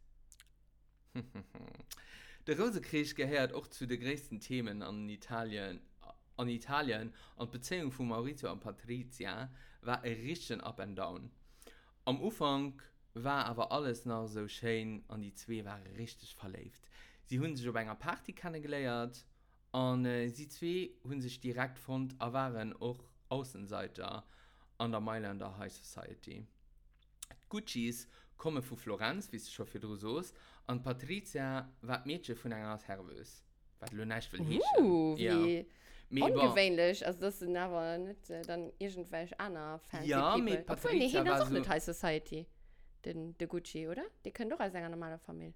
Der Rosekrieg gehört auch zu den größten Themen an Italien. Und die Beziehung von Maurizio und Patricia war ein richtiger Up and Down. Am Anfang war aber alles noch so schön und die zwei waren richtig verliebt. Sie haben sich auf einer Party kennengelernt und sie zwei haben sich direkt gefunden und waren auch Außenseiter an der Mailänder High Society. Gucci's kommen von Florenz, wie es schon für du so ist, und Patricia war das Mädchen von einer aus Hervös. Was du nicht will Wie Ja. ungewöhnlich. Also, das sind aber nicht dann irgendwelche anderen Fans. Ja, People. mit Obwohl, nee, Patricia hier war ist auch so- nicht High Society. Der Gucci, oder? Die können doch als eine normale Familie,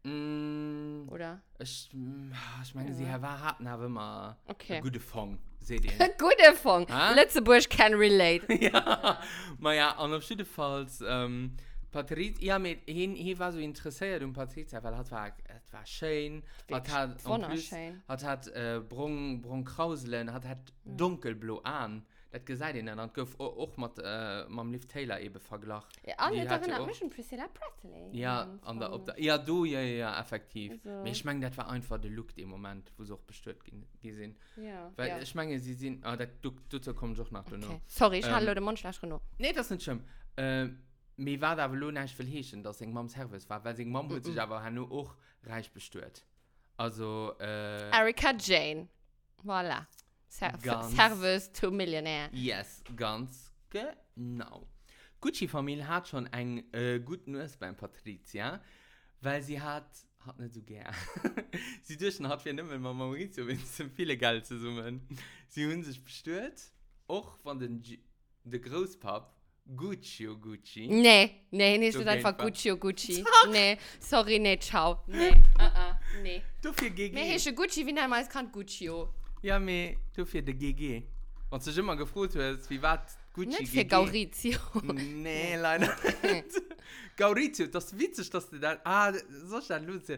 oder? Ich meine, sie hatten aber immer Okay. einen guten Fond, seht ihr? Gute Fong. Ah? Lützeburg can relate. Ja, aber ja, und auf jeden Fall, Patricia, ja, er war so interessiert um Patricia, weil es war schön, hat Wunderschön. Krauseln, hat dunkelblau an, das gesagt ihnen, und gouf auch mit Liv Taylor eben verglichen. Ja, alle Die hat daran ja hat auch- mich schon Priscilla Presley. Ja, ja, du, ja, effektiv. Also- Aber ich meine, das war einfach der Look im Moment, wo sie auch bestört gesehen. Ja. Weil ja. ich meine, sie sind, dazu kommt doch nach Okay. Sorry, ich Ähm, habe den Mund schlecht genug. Nee, das ist nicht schlimm. Mir war da aber nicht viel hechen, dass seine Mom Service war, weil seine Mom hat sich aber nur auch reich bestört. Also, Erika Jane. Voilà. Ganz- Service to Millionaire. yes, ganz genau. Gucci-Familie hat schon einen guten Nuss beim Patricia, weil sie hat nicht so gern. Sie dürfen hat wir nicht mehr mit Maurizio, wenn es viele Geld zu summen. Sie haben sich bestört, auch von der Großpap, Gucci. Nee, nicht So so einfach einfach. Gucci. Nee, sorry, nee, ciao. Nee, nee. Dafür GG. Mir heißt Gucci, wie damals kann Gucci. Ja, aber dafür der GG. Und sich immer gefragt hast, wie war Gucci Nicht für GG? Gaurizio. Nee, leider nicht. Gaurizio, das ist witzig, dass du da... so ist das lustig.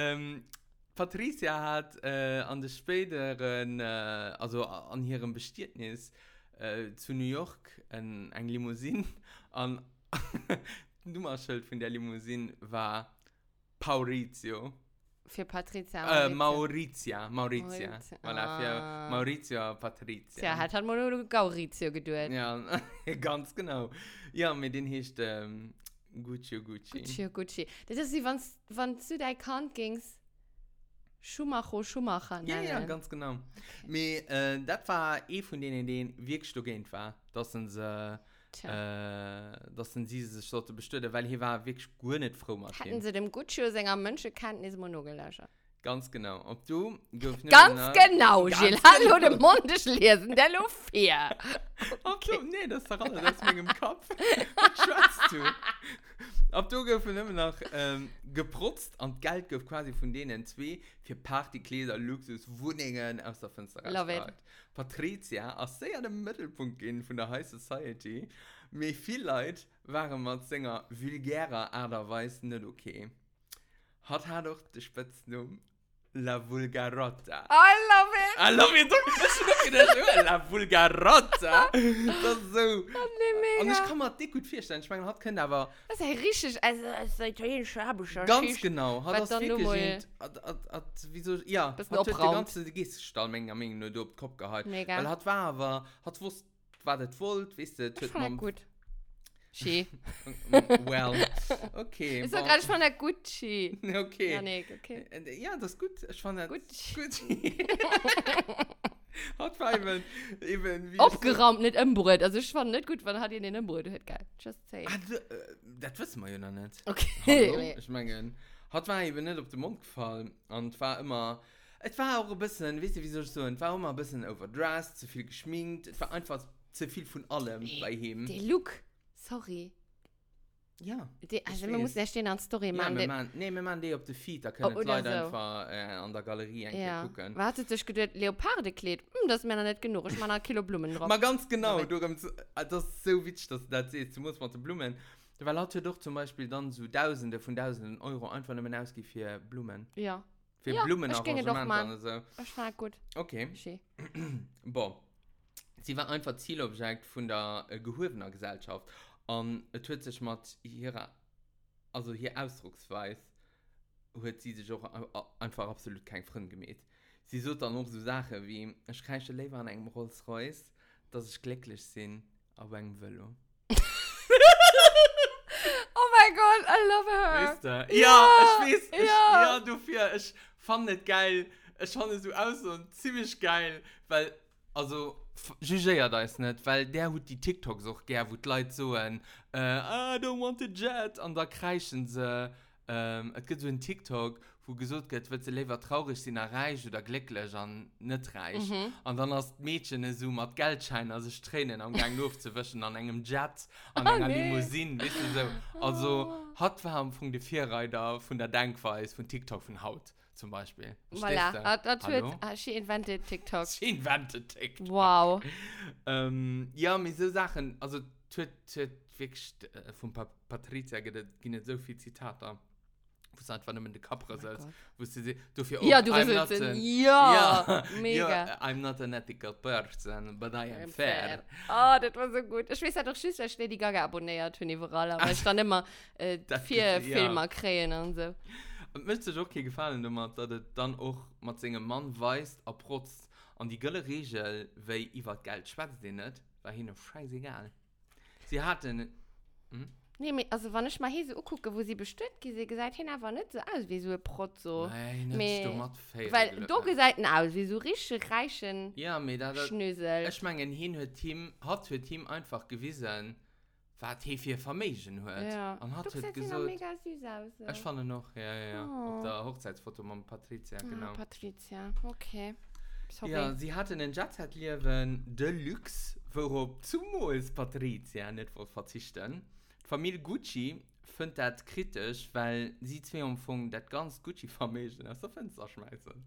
Patricia hat an der späteren, also an ihrem Beständnis zu New York eine Limousine an Nummerschild von der Limousine war Maurizio. Für Patricia. Maurizia. Maurizio. Voilà, für Maurizio Patricia. Ja, hat nur Gaurizio geduld. Ja, ganz genau. Ja, mit den heißt Gucci. Gucci. Das ist wie, wenn du dein Kant gingst, Schumacher. Ja, nennen. ganz genau. Aber das war von denen, die wirklich student war. Das sind sie sich so bestürzt, weil hier war wirklich gut nicht froh. Hatten sie dem Gucci seiner Menschenkenntnis monogelöscht? Ganz genau. Ob du... Ganz genau, Gilles. Hallo, den Mondisch lesen, der Luft hier. Okay. Nee, das ist doch alles, das ist mir im Kopf. Was schwatzt du? Ob du gehst immer noch geprutzt und Geld gibt quasi von denen zwei für Partykleider, Luxuswohnungen aus der Fenster. Love it. Patricia, als sie an den Mittelpunkt gehen von der High Society, mir viele Leute waren mit Sänger vulgärer Aderweise nicht okay. Hat doch die Spitznamen La Vulgarotta. I love it. I love it. Das ist doch gedacht, La Vulgarotta. Das ist so. Und ich kann mir das gut vorstellen. Ich meine, hat keinen, aber... Das ist ja richtig, also das ist italienische Habischer. Ganz genau. Hat Was das dann wirklich... Wieso... Ja. Bisschen hat die abraumt. ganze Gästestallmenge nur auf den Kopf gehalten. Mega. Weil hat war, aber... Hat wusst, was das wollt, weißt du... Ich fand das gut. Schön. Well, okay. Ist doch gerade von der Gucci. Okay. Ja, nee, okay. Ja, das ist gut. Ich fand das Gut. Hat war eben wie Abgeräumt, nicht im Brot. Also ich fand nicht gut, wann hat ihr den im Brot? Das geil. Just say. Das wissen wir ja noch nicht. Okay. Hallo? Ich meine, hat war eben nicht auf den Mund gefallen und war immer... Es war auch ein bisschen, weißt du, wieso ich so, es war immer ein bisschen overdressed, zu viel geschminkt, es war einfach zu viel von allem bei ihm. Der Look. Sorry. Ja. Also man muss ja stehen an Story Ja, machen. wir machen die auf den Feed, da können die oder Leute so. einfach an der Galerie Ja. gucken. Wartet sich gedacht, Leopardekleid. Das ist mir noch nicht genug. Ich mache ein Kilo Blumen drauf. Mal ganz genau, Sorry. das ist so witzig, dass du das siehst, du musst mal die Blumen, weil hat ja doch zum Beispiel dann so Tausende von Tausenden Euro einfach nicht mehr ausgeben für Blumen. Ja. Für Ja, Blumen ich ginge doch mal. und so. Das war gut. Okay. Schön. Boah. Sie war einfach Zielobjekt von der gehobener Gesellschaft. Und es hat sich mit ihrer, also hier ausdrucksweise, hat sie sich auch einfach absolut kein Freund gemäht. Sie sagt dann auch so Sachen wie, ich kann schon leben an einem Rolls-Royce, dass ich glücklich bin, auf einem Velo. Oh mein Gott, I love her. Weißt du? Ja, ich weiß, ja. ich fand es geil, ich fand es so aus und ziemlich geil, weil, also, jugiert das nicht, weil der hat die TikToks auch gerne, wo die Leute so ein I don't want a jet und da kreischen sie es gibt so ein TikTok, wo gesagt wird, wird sie lieber traurig sein, reich oder glücklich und nicht reich. Und dann hast die Mädchen so mit Geldscheinen, also Tränen am Gang aufzuwischen an einem Jet, an einer Limousine, weißt du so. Also hat wir am Anfang die Vierreiter von der Denkweise von TikTok von Haut. Zum Beispiel. Voilà, she invented TikTok. She invented TikTok. Wow. Ja, mit so Sachen, also wirklich von Patricia gibt nicht so viele Zitate, wo sie einfach nur in die Kapra setzt, wo sie dafür Ja, auch, du I'm bist not jetzt a- ja, mega. Yeah, I'm not an ethical person, but I am fair. Oh, das war so gut. Ich weiß ja doch, dass ich Lady Gaga abonniert habe, überall, aber ich dann immer 4 Filme kreieren und so. Und mir ist es okay gefallen, dass er dann auch mit seinem Mann weiß, protzt. Und die geile Regel, weil über Geld schwätzt die nicht, war ihnen scheißegal. Sie hatten... Nee, also wenn ich mal hier so gucke, wo sie bestimmt, sie gesagt, hey, aber nicht so aus wie so ein Protzo. Nein, Me- nicht so mit Feier. Weil du gesagt aus wie so richtig reichen Ja, mir da... Schnösel. Ich meine, hat für Team einfach gewissen, was er für Vermögen hat. Ja. Und hat Du siehst halt ja gesagt... mega süß aus. So. Ich fand noch, ja. Oh. Auf der Hochzeitsfoto mit Patricia, genau. Ah, Patricia, okay. Sorry. Ja, sie hatten einen Jet-Set-Leben Deluxe, worauf zumals Patricia nicht wohl verzichten. Die Familie Gucci findet das kritisch, weil sie zwei am Anfang das ganz Gucci-Familien aus der Fenster schmeißen.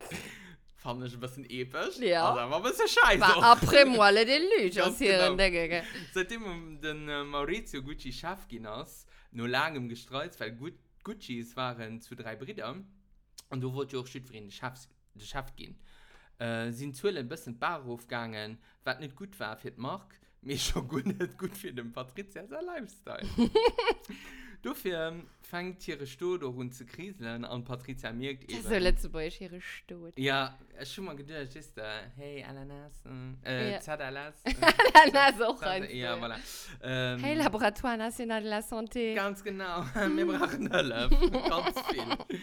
Fand ich ein bisschen episch. Ja. Also, aber ein bisschen scheiße. War après moi le Deluge Ganz aus hier genau. in der Gegend. Seitdem den Maurizio Gucci Chef genoss, nur langem gestreut, weil Guccis waren zu 3 Brüder und du wolltest ja auch schön für ihn den Chef gehen. Sind zu ein bisschen Barhof gegangen, was nicht gut war für die Marke, mir schon nicht gut für den Patricia sein Lifestyle. Dafür fängt ihre Stuhl an zu kriseln und Patricia merkt Das ist so letzte Woche ihre Stuhl. Ja, schon mal gedacht, ist hey, Ananas, Ja. Zadalas. Das ist auch ein Ja, voilà. Hey, Laboratoire National de la Santé. Ganz genau, wir brauchen Hölle, ganz viel.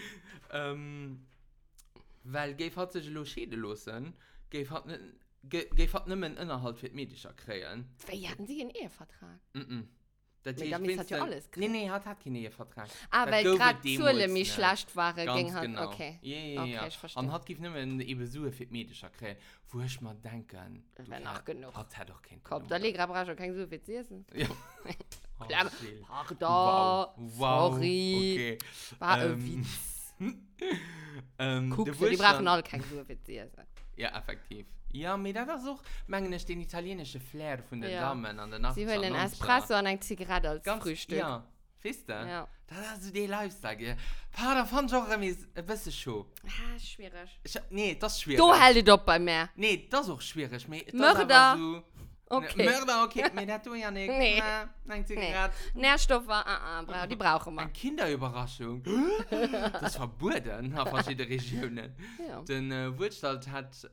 Weil Gabe hat sich Schäden lassen, Gabe hat nicht mehr einen Inhalt für die Medischer kriegen. Wie hatten Sie einen Ehevertrag? Das Mit damit hat ja alles Nee, hat keinen Vertrag. Weil gerade Zule mich ne? schlecht waren, Ganz ging halt, genau. okay. Ja. Okay, ich verstehe. Und hat gibt nicht mehr eben so viel medischer Krähen, wo ich mal denken, Wenn noch genug. Hat doch kein Komm, da liegt aber schon kein so viel zu essen. Ja. Pardon, sorry. Okay. War ein Witz. Guck, die brauchen alle kein so viel zu essen. Ja, effektiv. Ja, aber das ist auch manchmal den italienischen Flair von den Damen an der Nacht. Sie wollen einen Espresso und eine Zigarette als Frühstück. Ja, weißt du? Ja. Das ist so die Lifestyle. Da fand ich auch ein bisschen schon. Schwierig. Nee, das ist schwierig. Du hältst doch bei mir. Nee, das ist auch schwierig. Mörder. So, Okay. Mörder, okay. Aber das tue ich ja nicht. Nee. Nein, Zigarette. Nährstoffe, die brauchen wir. Eine Kinderüberraschung. Das ist verboten in verschiedenen Regionen. Ja. Denn Wirtschaft hat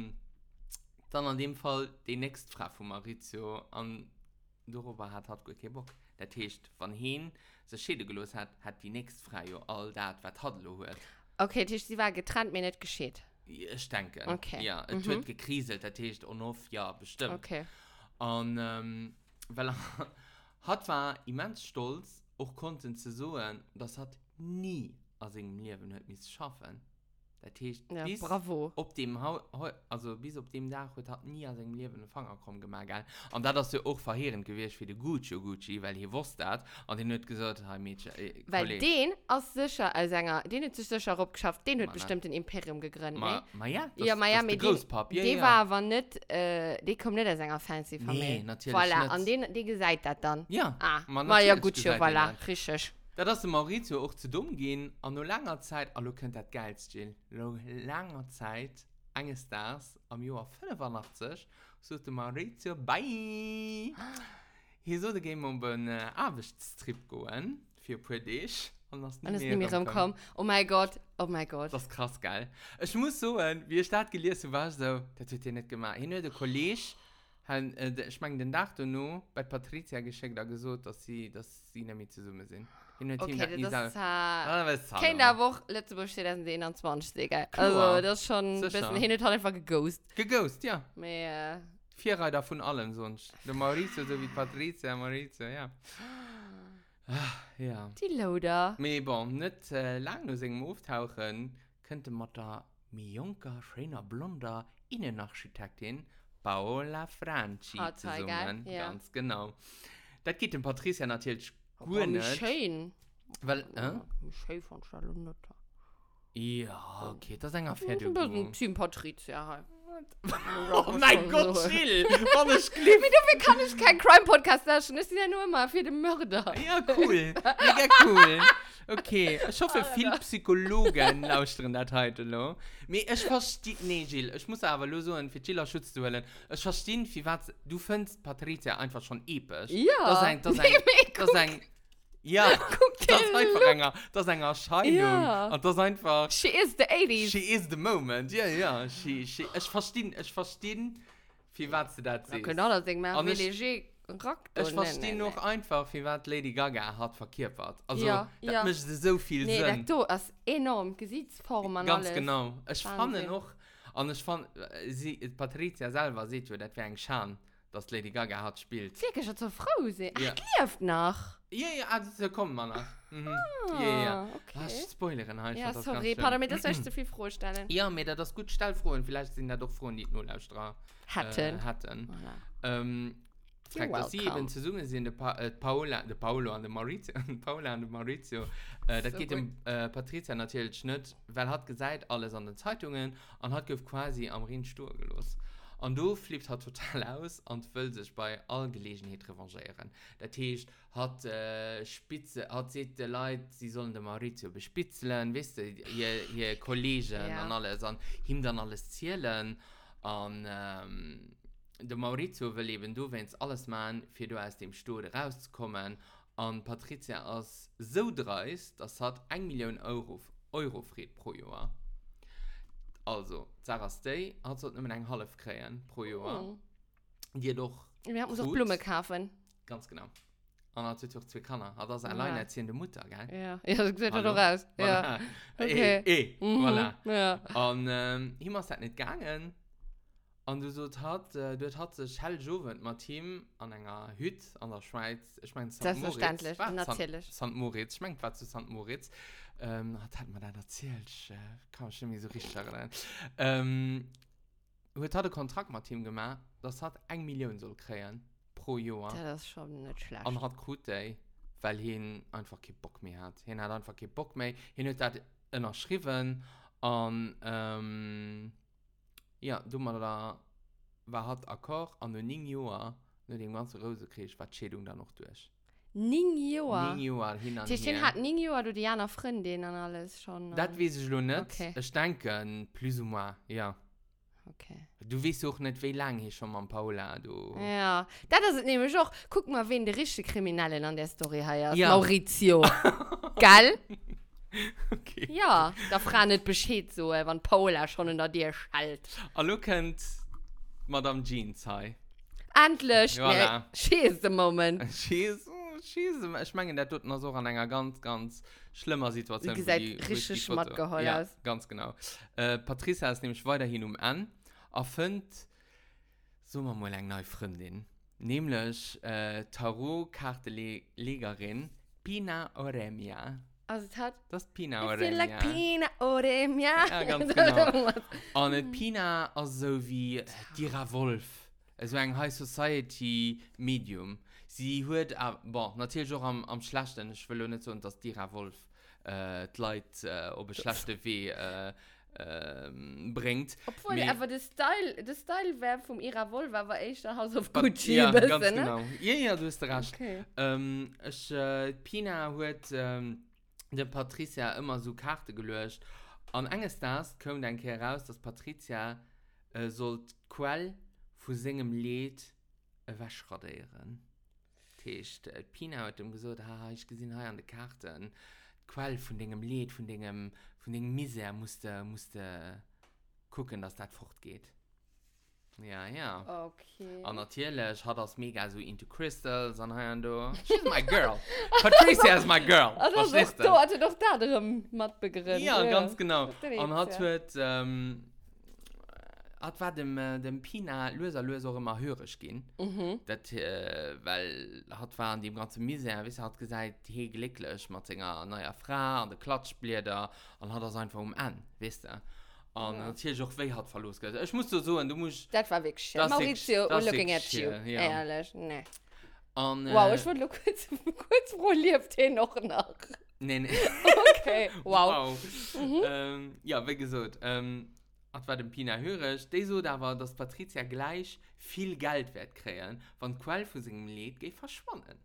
dann an dem Fall die nächste Frau von Maurizio an darüber hat gut keinen Bock. Der Tisch von hin, so Schäde gelöst hat die nächste Frau ja all das, was hat gehört. Okay, Tisch, sie war getrennt, mir nicht geschieht. Ich denke. Okay. Ja, es wird gekriselt, der Tisch on-off, ja, bestimmt. Okay. Und weil war immens stolz, auch konnten zu sagen, das hat nie aus seinem Leben hat mich schaffen. Der Tisch Ja, bis bravo. auf dem also bis auf dem Tag hat nie aus seinem Leben einen Fanger kommen gemacht. Gell? Und das ist ja auch verheerend gewesen für die Gucci, weil er wusste das und er hat gesagt, hey Mädchen, Weil Kollege. den als sicher als Sänger, den hat sich sicher abgeschafft, den hat Man bestimmt ein Imperium gegründet. Ma ja, das, Ja, das mit der Großpap. Ja, die ja. war aber nicht, die kommt nicht als Sänger-Fancy von mir. Nee, natürlich voilà. nicht. Und die gesagt das dann. Ja, man war ja natürlich gut, gesagt, voilà, ja. richtig. Da dass der Maurizio auch zu dumm gehen, an nur langer Zeit, also könnt das geil stehen, nur langer Zeit, eines Stars, am Jahr 85, so der Maurizio, bye! Hier sollte gehen um einen Arbeitstrip gehen, für Predisch. Und das Und es nicht mehr rumkommen. Oh mein Gott, oh mein Gott. Das ist krass geil. Ich muss sagen, wie ich das gelesen habe, war so, das wird ja nicht gemacht. Hier der Kollege, ich meine, den Tag noch bei Patricia geschickt, hat gesagt, dass sie nicht mehr zusammen sind. Okay, das ist keine keine Woche, letzte Woche steht das in den 21, Digga. Also, das ist schon ein bisschen hin und her einfach geghost. Geghost, ja. Aber, Vierer davon allen sonst. Der Maurizio sowie Patricia, Maurizio, ja. Ja. Die Loader. Aber bon, nicht lange nur singen auftauchen, könnte man da mit junker, schöner, blonder Innenarchitektin Paola Franchi zusammen. Ja. Ganz genau. Das geht dem Patricia natürlich gut Wie nicht. schön. Weil, Wie schön von Charlotte. Ja, okay, das ist ein Affair. Ein bisschen Team Patricia. Oh mein Gott, chill! Warum ist Cliff? Wie kann ich keinen Crime-Podcast löschen? Das ist ja nur immer für den Mörder. Ja, cool. Mega cool. Okay, ich hoffe, viele Psychologen lauschen das heute noch. Aber ich verstehe, nee, Jill, ich muss aber nur so ein für Jill Schutz zu holen. Ich verstehe, wie was, du findest Patricia einfach schon episch. Ja. Das ist ein, ja, das ist einfach eine Erscheinung. Ja. Und das ist einfach... She is the 80s. She is the moment, ja. Ich verstehe, wie was du das siehst. Genau, das Ding mehr Und Léger Rock. Ich verstehe noch einfach, wie was Lady Gaga hat verkehrt. Also, Ja, das ja. möchte so viel Nee, Sinn. das ist enorm. Gesichtsform und Ganz alles. genau. Ich fand Wahnsinn. noch, und ich fand, Patricia selber sieht, das wäre ein Scham, dass Lady Gaga hat spielt. Wirklich, als Frau sehen. Ja. Ach, lief nach. Ja, also kommt man noch. Ja. Okay. Ah, Spoilerin halt. Ja, sorry, pardon, mir das soll ich zu viel vorstellen. Ja, mir das gut stellfrohen. Vielleicht sind da doch Frauen, die nur Laustra Hatten. Fragt, dass sie welcome. eben zusammen sind, Paola und der Maurizio. Paola und der Maurizio. Das So geht gut. dem Patricia natürlich nicht, weil hat gesagt, alles an den Zeitungen und hat quasi am Rheinstur gelost. Und du flippt hat total aus und will sich bei allen Gelegenheiten revanchieren. Der Tisch hat sieht die Leute, sie sollen den Maurizio bespitzeln, wisst ihr, ihr Kollegen Ja. und alles, und ihm dann alles zählen. Und der Maurizio will eben, du willst alles machen, für du aus dem Stuhl rauszukommen. Und Patricia ist so dreist, das hat 1 Million Euro Fried pro Jahr. Also, Sarah Stay hat so nur eine halbe kriegen pro Jahr. Oh. Die doch Wir haben uns auch gut. Blumen kaufen. Ganz genau. Und hat sie auch 2 Kinder. Hat das alleinerziehende Mutter, gell? Ja, das sieht Hallo? doch raus. Ja. Voilà. Okay. Voilà. Ja. Und ihm ist das nicht gegangen. Und dort hat sich Hell Joven mit Team an einer Hütte an der Schweiz, ich meine, Selbstverständlich, natürlich. St. Moritz, ich meine, was zu St. Moritz, hat man dann erzählt, ich kann mich nicht mehr so richtig erinnern. Hat einen Kontrakt mit Team gemacht, das hat 1 Million soll kriegen pro Jahr. Das ist schon nicht schlecht. Und hat gut, weil ihn einfach keinen Bock mehr hat. Er hat einfach keinen Bock mehr. Er hat das unterschrieben und ja, du mal da war hat Akkord an den 9 Jahren nur den ganzen Rosenkrieg war die Schädung da noch durch. 9 Jahre? 9 Jahre hin und Tischchen her. hat 9 Jahre, du die andere Freundin und alles schon. Das weiß ich noch nicht. Okay. Ich denke, plus ou moins, ja. Okay. Du weißt auch nicht, wie lange ich schon mit Paula, du. Ja, das ist nämlich auch, guck mal, wen der richtige Kriminelle an der Story heißt. Ja. Maurizio. Geil? Okay. Ja, da fragt nicht Bescheid so, wenn Paula schon in der dir schallt. Hallo, kennt Madame Jean sei. Endlich! Voilà. She's the moment. Ich meine, der tut noch so an einer ganz, ganz schlimmer Situation. Wie gesagt, richtig schmatt geholt Ja, aus. ganz genau. Patricia ist nämlich weiterhin an. Findet, so mal eine neue Freundin. Nämlich Tarot-Kartenlegerin Pina Oremia. Also es hat... Das ist Pina I Oremia. feel like Pina Oremia. Ja, ganz genau. Und Pina ist so wie Dira Wolf. Also ein High Society Medium. Sie hört, natürlich auch am schlechten, ich will auch nicht so, dass Dira Wolf die Leute auf eine schlechte Weh bringt. Obwohl, aber der Style wäre vom Ira Wolf, war echt ein Haus auf Gucci. Ja, bisschen, ganz ne? genau. Ja, du hast recht. Okay. Pina hat der Patricia immer so Karte gelöscht. Und eines Tages kommt dann heraus, dass Patricia soll die Quelle von seinem Lied wegradieren. Pina hat ihm gesagt, ich gesehen hier an der Karte, die Quelle von dem Lied, von dem Misere musste gucken, dass das fortgeht. Ja. Okay. Und natürlich hat das mega so into crystals und hier und da. She's my girl. Patricia is my girl. Also Verstehst du hatte doch da drin matt begriffen. Ja, ganz genau. Verstehe Und ich, hat war dem Pina löser auch immer höher gehen. Das, weil hat war an dem ganzen Misere, hat gesagt, hey, glücklich mit seiner neuen Frau und der Klatschblätter und hat das einfach weißt du. Und natürlich auch weh hat verlust. Ich muss so sagen, du musst... Das war wirklich schön. Das Maurizio, das looking at wirklich you. schön, ja. Ehrlich, ne. Und, Wow, ich wollte nur kurz wo lebt den noch nach. Nee. Okay, wow. Ja, wie gesagt, das war dem Pina hörig. Die so, da war, dass Patricia gleich viel Geld wird kriegen, wenn die Quelle von seinem Lied geht verschwunden.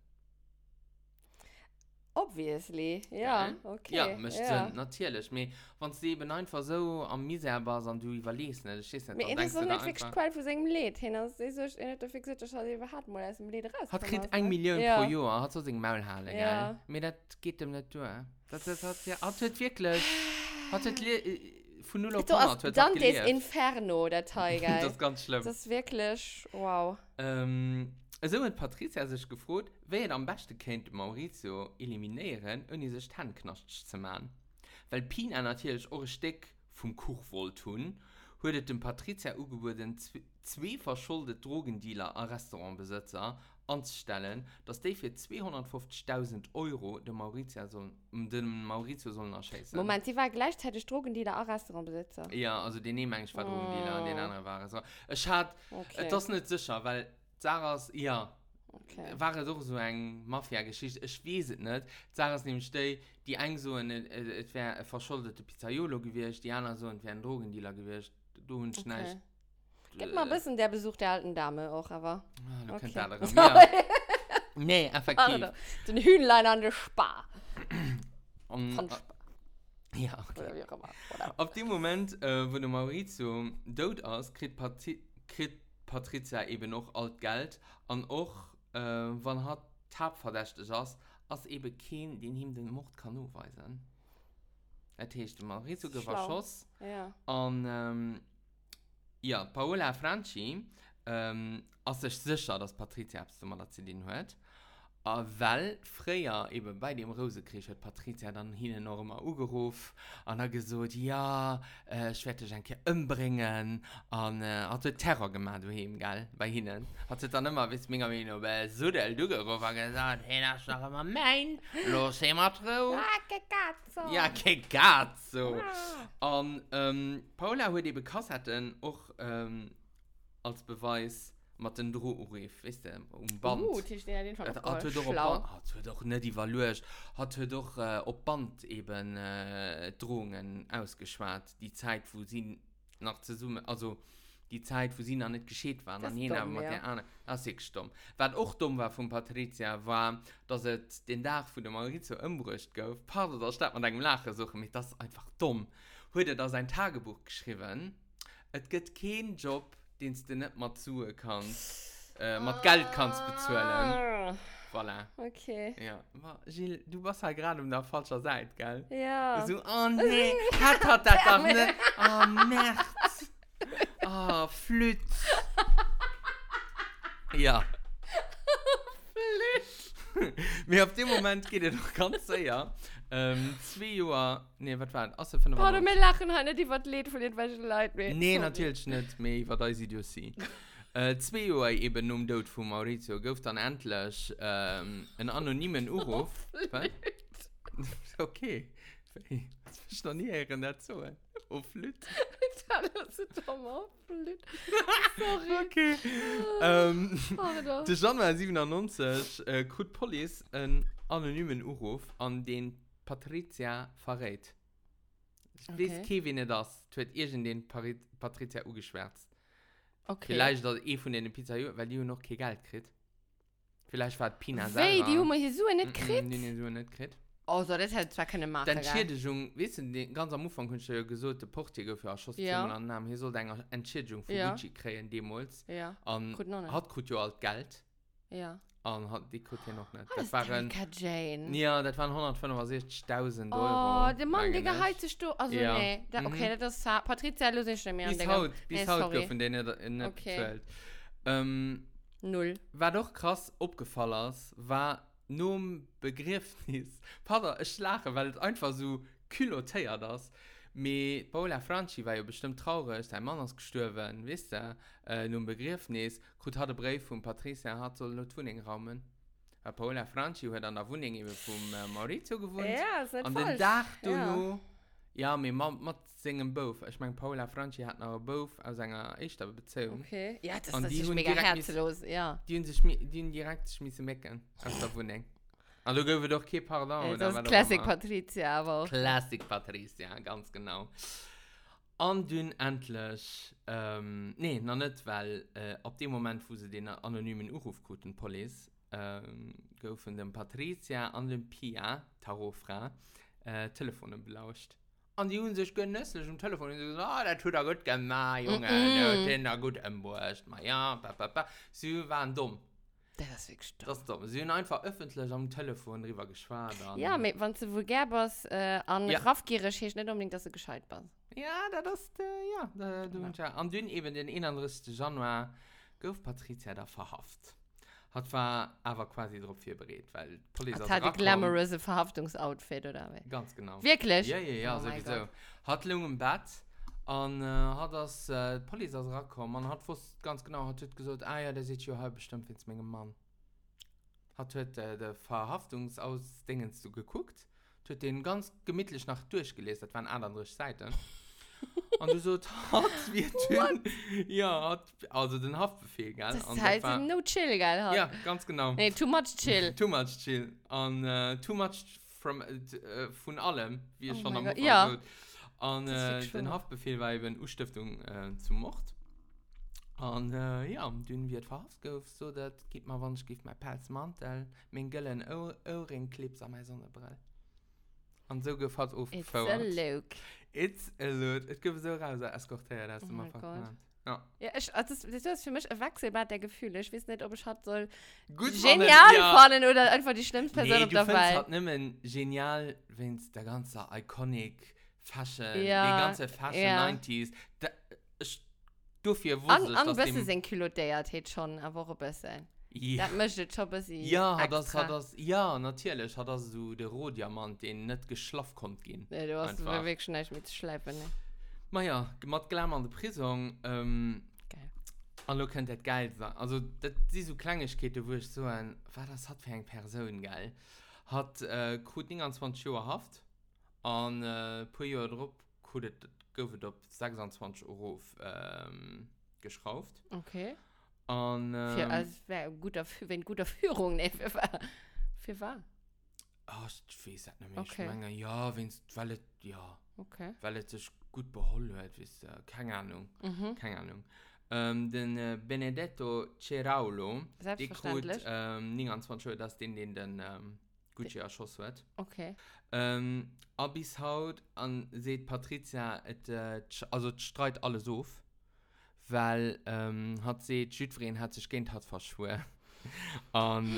Obviously, ja, Gell? okay. Ja, möchte natürlich. Aber wenn es eben einfach so am Misere war, und du überlegst, ne, ich weiß nicht, Mir ist so nicht wirklich Qual für sein Lied hin. Also, ich so nicht dafür gesagt, dass er überhaupt mal aus dem Lied raus. Hat kriegt 1 Million pro Jahr, hat so sein Maulhalle, Ja. gell? Mir das geht ihm nicht durch. Das hat wirklich, hat von 0 auf Du 100 hast hat Dante's gelebt. Inferno-Datei, geil. Das ist ganz schlimm. Das ist wirklich, wow. So hat Patricia sich gefragt, wer am besten könnte Maurizio eliminieren, ohne sich die Hand knatscht zu machen. Weil Pina natürlich auch ein Stück vom Kuch wohl tun, hat dem Patricia angeboten, 2 verschuldete Drogendealer und Restaurantbesitzer anzustellen, dass die für 250.000 € den Maurizio sollen erschießen. Moment, sie war gleichzeitig Drogendealer auch Restaurantbesitzer. Ja, also die nehmen eigentlich Drogendealer und den anderen waren so. Ich hatte das nicht sicher, weil Sarahs, ja, war doch so eine Mafia-Geschichte. Ich weiß es nicht. Sarahs nämlich die einen so, es wäre ein verschuldeter Pizzaiolo gewesen, die anderen so, es wäre ein Drogendealer gewesen. Du und ich nicht. Gib mal ein bisschen der Besuch der alten Dame auch, aber. Du könnt Okay. alle ja. Nee, effektiv. So ein Hühnlein an der Spar. Und, Von Spar. ja, okay. Oder wie auch immer. Oder? Auf dem Moment, wo der Maurizio tot ist, kriegt Patricia eben noch alt Geld und auch, wenn hat Tabverdächtig ist, als eben kein, den ihm den Mord kann nachweisen. Das heißt, der Maurizio geht verschossen. Ja. Und ja, Paola Franchi ist sich sicher, dass Patricia etwas zu tun hat. Weil früher eben bei dem Rosenkrieg hat Patricia dann hin noch immer angerufen und hat gesagt, ja, ich werde dich ein bisschen umbringen und hat so Terror gemacht bei ihm, gell, bei ihnen. Hat sie dann immer, wisst ihr, mir noch bei Sudel gerufen und gesagt, hey, das ist noch immer mein, los, immer drauf. Ja, kein so. Und Paula hat die Bekassetten auch als Beweis mit den Drohungen, weißt du, Band. Die ist ja den Fall Hat auch er doch nicht evaluiert, hat er doch auf Band eben Drohungen ausgeschwart, die Zeit, wo sie nach zusammen, also die Zeit, wo sie noch nicht geschehen waren, das an jenen, aber mit der anderen, das ist echt dumm. Was auch dumm war von Patricia, war, dass es den Tag von der Maurizio umbrücht gab, pardon, da steht man einem Lachen suchen, mit das ist einfach dumm. Heute da sein Tagebuch geschrieben, es gibt keinen Job, den du nicht mal zuhören kannst, mit Geld kannst bezahlen. Voilà. Okay. Ja, Gilles, du warst ja gerade auf der falschen Seite, gell? Ja. So, oh nee, hat das doch nicht. Oh, März. Oh, Flüt. Ja. Flüt. Mir auf dem Moment geht es doch ganz sehr. 2 Jahre, nee, was war das? Außer von der Boah, wir lachen halt nicht über das Lied von den welchen Leuten. Nee, natürlich nicht mehr, was da sie sie. 2 Jahre eben um Tod von Maurizio gab dann endlich einen anonymen Anruf. Okay. Ich verstehe nie hören dazu. Oh, Flüt. Das ist doch mal Flüt. Sorry. Okay. Pardon. Der Januar 97 kriegt Police einen anonymen Anruf, an den Patricia verrät. Ich weiß nicht, wie das wird irgendein Patricia angeschwärzt. Okay. Vielleicht das von den Pizza, weil die noch kein Geld kriegt. Vielleicht war es Pina selber. Wei, die haben wir hier so nicht gekriegt? Die so nicht gekriegt. Also, das hätte zwar keine Marke. Dann Entschädigung, weißt du, ganz am Anfang hast du ja gesagt, der Portier für erschossen zu haben, Namen. Hier soll eine Entschädigung von Gucci kriegen, demals. Ja. Und hat gut ja alt Geld. Ja. Und hat die kriegt ja noch nicht. Das waren Jane. Ja, das waren 165.000 Euro. Oh, der Mann, der geheizt du. Also, ja. nee. Okay, das ist Patricia, löse ich nicht mehr. Bis heute dürfen die nicht gezählt. 0. Was doch krass aufgefallen ist, war nur ein Begriffnis. Pardon, ich lache, weil es einfach so kühlotiert ist. Mit Paola Franchi war ja bestimmt traurig, sein Mann ist gestorben, wisst ihr? Nur ein Begriffnis. Gut, hat der Brief von Patricia, hat so eine Wohnung raumen. Paola Franchi hat an der Wohnung eben von Maurizio gewohnt. Ja, ist nicht und falsch. den Tag du noch, ja, wir singen both. Ich meine, Paola Franchi hat noch both aus einer echten Beziehung. Okay. Ja, das Und die ist haben mega direkt herzlos, ja. Die haben direkt schmissen mecken aus der Wohnung. Also gehen wir doch kein Pardon. Das ist Classic Patricia, aber auch. Classic Patricia, ganz genau. Und dann endlich, nee, noch nicht, weil ab dem Moment, wo sie den anonymen Anruf kriegen, Police, von dem Patricia und dem Pia, Tarotfrau, Telefone belauscht. Und die haben sich genüsslich am Telefon und gesagt, ah, das tut er gut gemacht, Junge, den er gut umbrüscht. Ja, sie waren dumm. Das ist wirklich dumm. Das ist dumm. Sie haben einfach öffentlich am Telefon drüber geschwärzt. Ja, aber wenn du vulgär bist, raffgierig, ist nicht unbedingt, dass du gescheit bist. Ja, das ist, ja. Und dann eben den 31. Januar gab Patricia da verhaftet. Hat war aber quasi darauf vorbereitet, weil die Polizei hat ein glamorous Verhaftungsoutfit oder was? Ganz genau. Wirklich? Ja, Oh sowieso. Hat lang im Bett und hat das Polizei rausgekommen und hat fast ganz genau hat gesagt, ah ja, der sieht ja halb bestimmt jetzt mit dem Mann. Hat der Verhaftungsausdingens so geguckt, hat den ganz gemütlich nach durchgelesen, das waren andere Seiten. Und du so, hat wir tun. Ja, hat also den Haftbefehl, gell? Das und heißt, war, no chill, gell? ja, ganz genau. Nee, too much chill. Too much chill. Und too much von allem, wie ich schon am Anfang gesagt habe. Und den Haftbefehl war eben Ausstiftung zum Mord. Und ja, dann wird verhaftet, so dass gibt mir, wenn ich gebe mein Pelzmantel, mein Gillen Ohrring-Clips an meine Sonnenbrille. Und so geht es auf It's a look. It's a lot. Es gibt so raus, eskortiert, das ist immer verkehrt. Ja. Ja, das ist für mich ein Wechselbad der Gefühle. Ich weiß nicht, ob ich halt so Gut genial fanden oder einfach die schlimmste Person auf der Welt. Nee, du findest halt nicht mehr genial, wenn es der ganze iconic Fashion, die ganze Fashion 90s, dafür wusste ich, dass dem... An bisschen sein Culotte, schon, aber auch ein bisschen. Ja. Das möchte ich schon ein bisschen Ja, extra. ja, natürlich hat das so der Rohdiamant, den nicht geschlafen konnte gehen. Nee, du hast Einfach. wirklich nicht mit Schleifen. Ne? Ma ja, gemacht gleich an der Prison, Geil. und du könnt das geil sein. Also, das sind so Kleinigkeiten, wo ich so was das hat für eine Person, geil. Hat, gut 29 Jahre Haft, und, paar Jahre drauf, gut, geht auf 26 Euro, geschraubt. Okay. Und, Für, also, wenn guter Führung, ne? Für was? oh, ich weiß das nicht mehr. Okay. Ich meine, ja, weil es, ja, Okay. weil es sich gut beholt hat, wisst ihr. Keine Ahnung. Mhm. Keine Ahnung. Den Benedetto Ceraulo, die kriegt Selbstverständlich. 29 Jahre, das den Gucci erschossen hat. Okay. Aber bis heute sieht Patricia, also streit alles auf, weil hat sie, die Südfrieden hat sich gegen hat verschworen. Und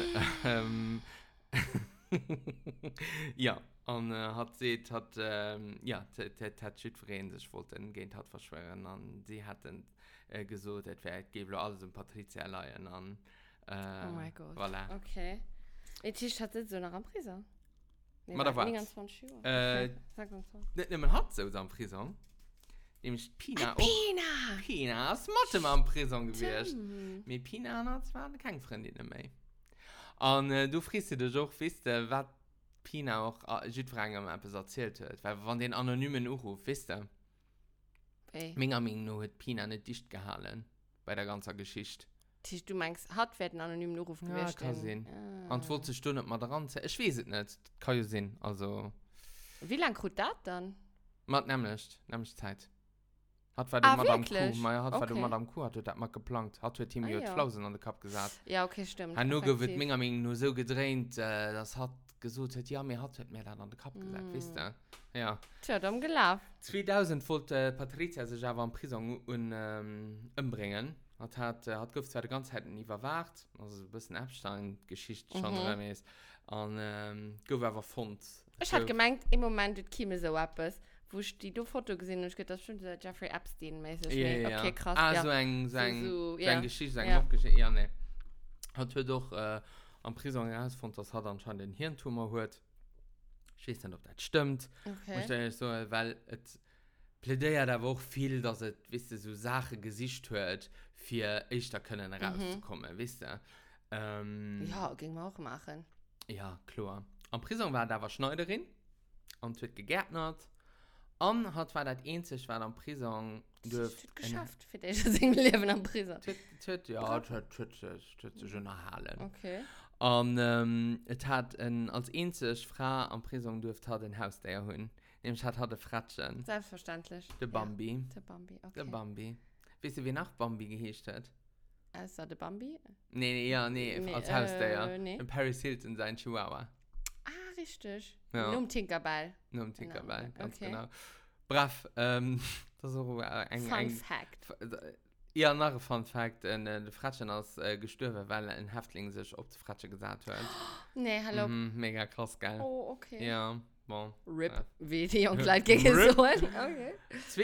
ja, und hat sie, ja, hat Südfrieden sich wollten gegen hat verschworen, und sie hatten gesagt, es wäre geben alles um Patricia allein, und Oh mein Gott. voilà. Okay. Und die hat jetzt so nach am Prison. Nee, Ma da war's. 29 Jahre. Äh, Okay. Sag uns so. Nicht nur man hat so am Prison, nämlich Pina auch. Pina! Pina ist Mathe mal am Prison gewesen. Tim. Mit Pina hat zwar keine Freundin mehr. Und du frisst dich auch, wisst ihr, was Pina auch Südfragen etwas erzählt hat. Weil von den anonymen Anruf, wisst ihr, Ey. Menge Meinung hat Pina nicht dicht gehalten bei der ganzen Geschichte. Du meinst, hat werden anonym Ruf Ja, gewesen? kann sein. Ah. Und 40 Stunden mal daran zu. Ich weiß es nicht. Kann ja sein. Also, Wie lange kriegt das dann? man nämlich Zeit. Hat weil Ah, du Madame wirklich? Kuh, man hat weil du Okay. Madame Kuh hat das mal geplant. Hat wir Team Ah, ja. ja. Flausen an den Kopf gesagt. Ja, okay, stimmt. Han nur wird effektiv. Menge Meinung nur so gedreht, das hat gesagt, ja, mir hat mir dann an den Kopf gesagt, Mm. wisst ihr? Ja. Tja, dumm gelaufen. 2000 wollte Patricia sich aber in Prison umbringen. Hat Griff zwar die ganze Zeit nie überwacht, also ein bisschen Epstein-Geschichte schon Mhm. ist. Und Griff aber fand. Ich hatte gemeint, im Moment, das käme so etwas, wo ich die Foto gesehen habe, und ich gedacht, das ist schon so Jeffrey Epstein-mäßig. Ja, Nee, ja. Okay, krass. Ah, ja. so eine ja. Geschichte, so eine Ja. Mordgeschichte. Ja, ne. Hat wir doch am Prison herausgefunden, dass er anscheinend einen Hirntumor hat. Ich weiß nicht, ob das stimmt. Okay. So, weil es plädiert aber auch viel, dass es, wisst ihr, so Sachen Gesicht hört, für ich da können rauszukommen, wisst ihr. Ja, ging man auch machen. Ja, klar. Am Prison war da Schneiderin und wird gegärtnert. Und hat war das einzige, was am Prison Das ist geschafft für dich, das Leben am Prison. Ja, das schon erhalten. Okay. Und es hat als einzige Frau am Prison dürfte hat ein Haus der haben. Nämlich hat ein Fratschen. Selbstverständlich. Der Bambi. Ja, der Bambi, okay. Der Bambi. Weißt du, wie nach Bambi geheischt hat? Ist das der Bambi? Nee, als Haus der. Nee. In Paris Hilton sein Chihuahua. Ah, richtig. Ja. Nur im Tinkerbell. Nur im Tinkerbell, Genau, ganz okay. genau. Brav, das ist auch ein Fun Fact. Ja, noch ein Fun Fact. Der Fratschen ist gestorben, weil ein Häftling sich auf die Fratsche gesagt hat. Nee, hallo. Mega krass, geil. Oh, okay. Ja, bon. RIP. Ja. Wie die Jungleute gegen RIP. so. Okay.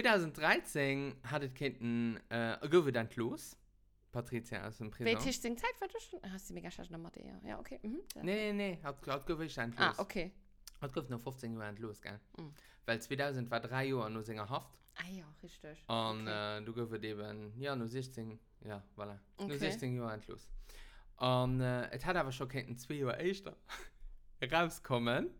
2013 hat es Kind ein los. Patricia aus dem Prison. Welche Zeit war das schon? Hast du mega schlecht noch Mathe, ja. Ja, okay. Mhm. Nee, hat gewusst ein los. Ah, okay. Hat gewusst noch 15 Jahre los, gell? Mhm. Weil 2000 war 3 Jahre nur seiner Haft. Ah ja, richtig. Und Okay. du gehst eben, ja, nur 16, ja, voilà. Nur Okay. 16 Jahre entlos. Und es hat aber schon keinen 2 Jahre älter rauskommen.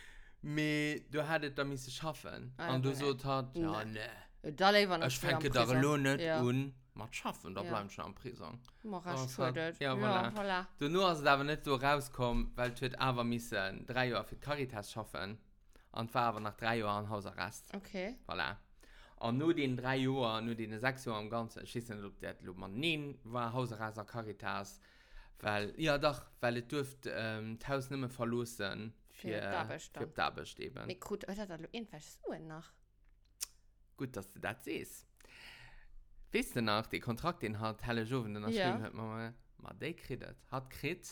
Aber du hattest da müssen schaffen. Ah, Und du okay. so tat, ja, Nee. nee. Da leben wir Ich fange da nicht ja. an, mal schaffen, da Ja. bleibst du am Prison. Mach Oh, ich fuck. gut. Ja, voilà. Du nur hast aber nicht so rauskommen, weil du aber müssen 3 Jahre für Caritas schaffen. Und war aber nach 3 Jahren in Hausarrest. Okay. Voilà. Und nur den 3 Jahren, nur den 6 Jahren im Ganzen, ich weiß nicht, ob das man nie war, Hausarrest oder Caritas. Weil, ja doch, weil es dürfte 1000 nicht mehr verlosen für Dabest eben. Mit gut, oder da irgendwas so nach. Gut, dass du das siehst. Weißt du noch, der Kontrakt, den hat Helle Joven, den Ja. hat man der Kredit, hat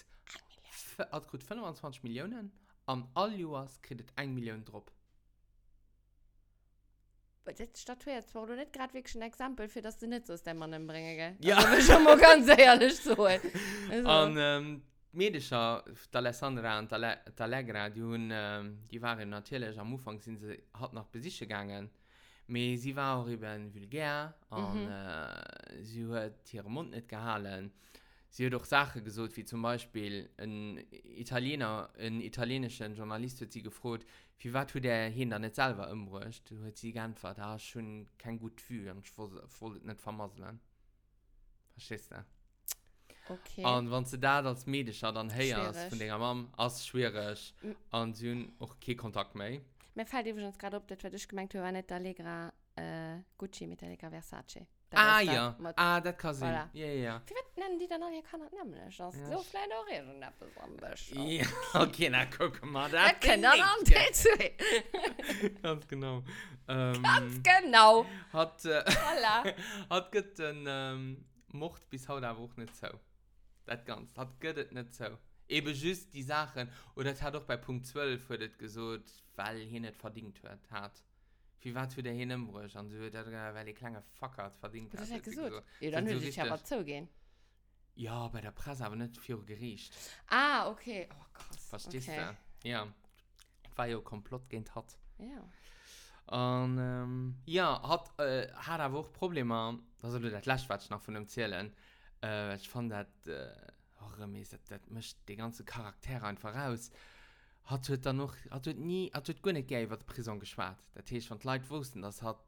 gut 25 Millionen, und all Jahres Kredit 1 Million drauf. das statuiert zwar nicht gerade wirklich ein Exempel für das du nicht so ist, den man bringen, gell? Ja. Also, schon mal ganz ehrlich so. Also. Und Medischer, der Alessandra und der Allegra, die waren natürlich am Anfang sind sie hat noch bei sich gegangen. Aber sie war auch eben vulgär und sie hat ihren Mund nicht gehalten. Sie hat auch Sachen gesagt, wie zum Beispiel ein italienischer Journalist hat sie gefragt, wie war der hin dann nicht selber umgebracht? Du hat sie geantwortet, da ist schon kein gut Gefühl und ich wollte nicht vermasseln. Verstehst du? Okay. Und wenn sie da als Medischer dann hörst Schwierig. von der Mama, ist es schwierig. Und sie haben auch keinen Kontakt mehr. Mir fällt übrigens gerade auf, dass ich gemeint habe, war nicht der Allegra Gucci mit der Allegra Versace. Ah ist ja, mit- das kann sein. Voilà. Ja, ja. Wie wird nennen die dann auch? Ich kann das nämlich. Das Ja. so vielleicht auch irgendetwas am besten. Ja, okay, na guck mal. Das kann dann am nicht. T2. Ganz genau. Ganz genau. Hat Voilà. hat geht Mord bis heute auch nicht so. Das ganz. Hat geht nicht so. Eben just die Sachen. Oder das hat auch bei Punkt 12 wird gesagt, weil er nicht verdient hat. Wie war es für den Hinenbrüch? Und so wird weil die kleine Fucker hat verdient Das hat. ist ja hat gesagt. Ja, dann so würde ich aber richtig. zugehen. Ja, bei der Presse aber nicht für Gericht. Ah, okay. Oh, krass. Verstehst okay. du? Ja. Weil ja Komplott gehen hat. Ja. Und ja, hat aber auch Probleme. Also das letzte, was ich noch von ihm erzählen. Ich fand das das mischt die ganze Charaktere einfach raus. Hat dann noch hat gar nicht gegeben, was die Prison geschwärzt. Das heißt, wenn die Leute wussten, dass hat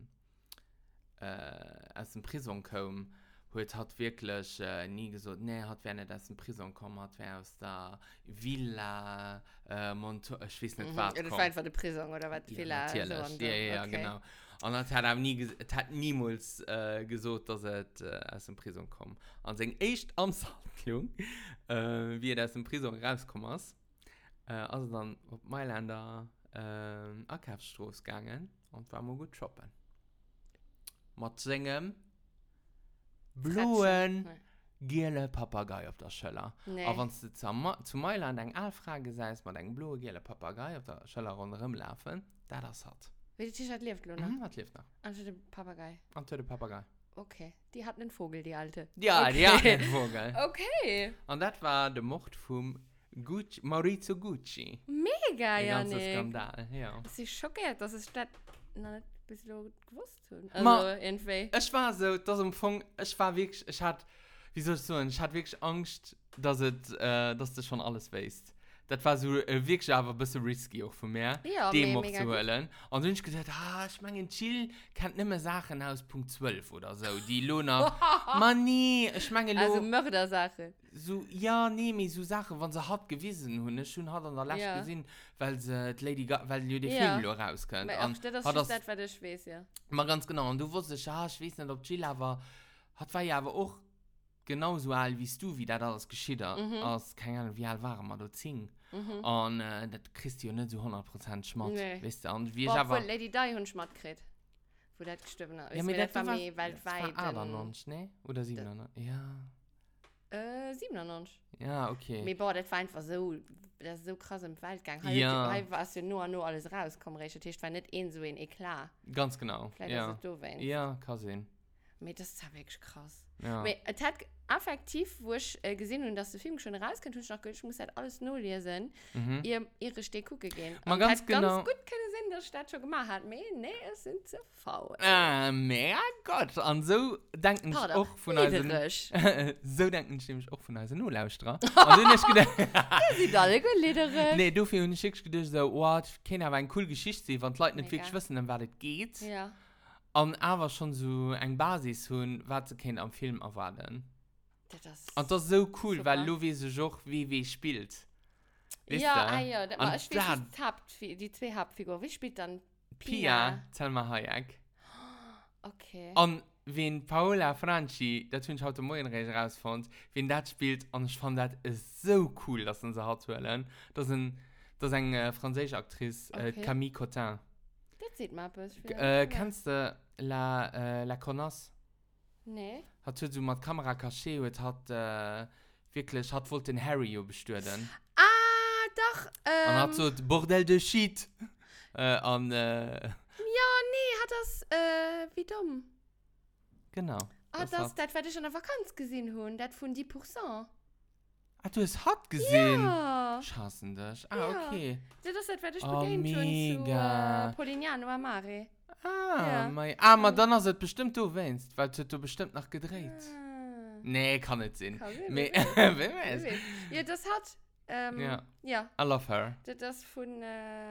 aus der Prison kommen, hat wirklich nie gesagt, nee, hat wer nicht aus der Prison kommen, hat wer aus der Villa ich weiß nicht, was Das war einfach die Prison oder was? ja, Villa, natürlich. so und so. Ja, Okay. genau. Und das hat er hat niemals gesagt, dass er aus der Prison kommt. Und sein echt Amtshandlung, wie er aus der Prison rauskommt, ist, also dann auf Mailänder Akavstraße gegangen und war mal gut shoppen. Mit singen blauen, Nee. gelben Papagei auf der Schelle. Nee. Aber wenn du zu Mailand eine Anfrage sagst, mit einem blauen, gelben Papagei auf der Schelle rundherum laufen, das hat. Wie die T-Shirt lebt, Luna? Das lebt noch. Also der Papagei. Und der Papagei. Okay. Die hat einen Vogel, die alte. Ja, okay. die hat einen Vogel. Okay. Und das war der Mord von Maurizio Gucci. Mega, Der ja, ganze nicht. Skandal, ja. Ich bin schockiert, dass ich das noch nicht bis gewusst habe. Ma- Also, irgendwie. Ich war so, das Umfang, ich war wirklich, ich hatte, wie soll ich sagen, ich hatte wirklich Angst, dass du schon alles weißt. Das war so wirklich aber ein bisschen risky auch von mir, Ja, den noch mega zu gut. holen. Und dann habe ich gesagt, ich meine, Chill kann nicht mehr Sachen aus Punkt 12 oder so. Die Luna, man nee, ich meine, Also Mördersache. so, ja, nee, mir so Sachen, wenn sie hart gewesen haben, schon hat an der Last Ja. gesehen, weil sie die Lady weil die Ja. Film noch rauskommt. Ach, Und das ist hat das, was ich weiß, ja. mal ganz genau. Und du wusstest, ich weiß nicht, ob Jill aber war ja aber auch genauso alt wie du, wie das alles geschieht. Als, keine Ahnung, wie alt waren wir da 10. Und das kriegst du ja nicht so 100% Schmatt. Nee. Weißt du? Und wie ich Boah, aber. obwohl Lady Di und Schmatt kriegt. Wo das gestorben ist. Ja, Mir mir das war war mir weltweit. Das war 98, ne? Oder 97? Ja. 97. Ja, okay. Mir boah, das war einfach so, das ist so krass im Weltgang. Ja. Heute war es ja nur alles rauskommen, richtig. Das war nicht so ein Eklat. Ganz genau. Vielleicht Ja. ist es du wenn. Ja, kann sein. Mir das ist ja wirklich krass. Ja. Aber es hat effektiv, wo ich gesehen habe, dass der Film schon rauskommt, habe ich noch gedacht, ich muss das alles nur lesen, ihre Stehkucke gehen. Mal Und ganz hat genau. ganz gut können Sinn, dass ich das schon gemacht habe. Aber nee, es sind zu faul. Mein Gott. Und so denken ich Pardon, auch von unseren. niedrig. So denken ich nämlich auch von unseren Nullaustra. Und dann habe ich gedacht. Die sind alle gut liederisch. Nee, du für uns schickst gedacht so, oh, ich kenne aber eine coole Geschichte, sehen, wenn die Leute nicht Mega. wirklich wissen, um was es geht. Ja. Und aber schon so eine Basis haben, was sie können am Film erwarten. Das Und das ist so cool, Super. weil du weißt auch, wie spielt. Weißt ja, du? ja. Und Ich weiß, dann- die zwei Hauptfiguren. Wie spielt dann Pia, Selma Hayek. Okay. Und wenn Paola Franchi, das habe ich heute Morgen rausgefunden, wenn das spielt, und ich fand das ist so cool, dass sie hat zu hören. Das ist eine französische Aktrice, Okay. Camille Cotin. Das sieht man etwas. Kennst du La Connasse? Nee. Hat so mit Kamera caché und hat wirklich, wollte den Harry bestürden. Ah, doch. Und hat so Bordel de Shit. Ja, nee, hat das, wie dumm. Genau. Das werde ich an der Vakanz gesehen haben, das von 10%. Ah, du hast hart gesehen? Ja. Schassen dich. Ja. Okay. Das werde ich Oh, begegnet mega. zu Polignano Amare. Ah, Ja. aber dann hast du es bestimmt du weinst, weil du bestimmt noch gedreht. Ah. Nee, kann nicht sein. Kann Wer sein. weiß. Ja, das hat, Ja. ja, I love her. das von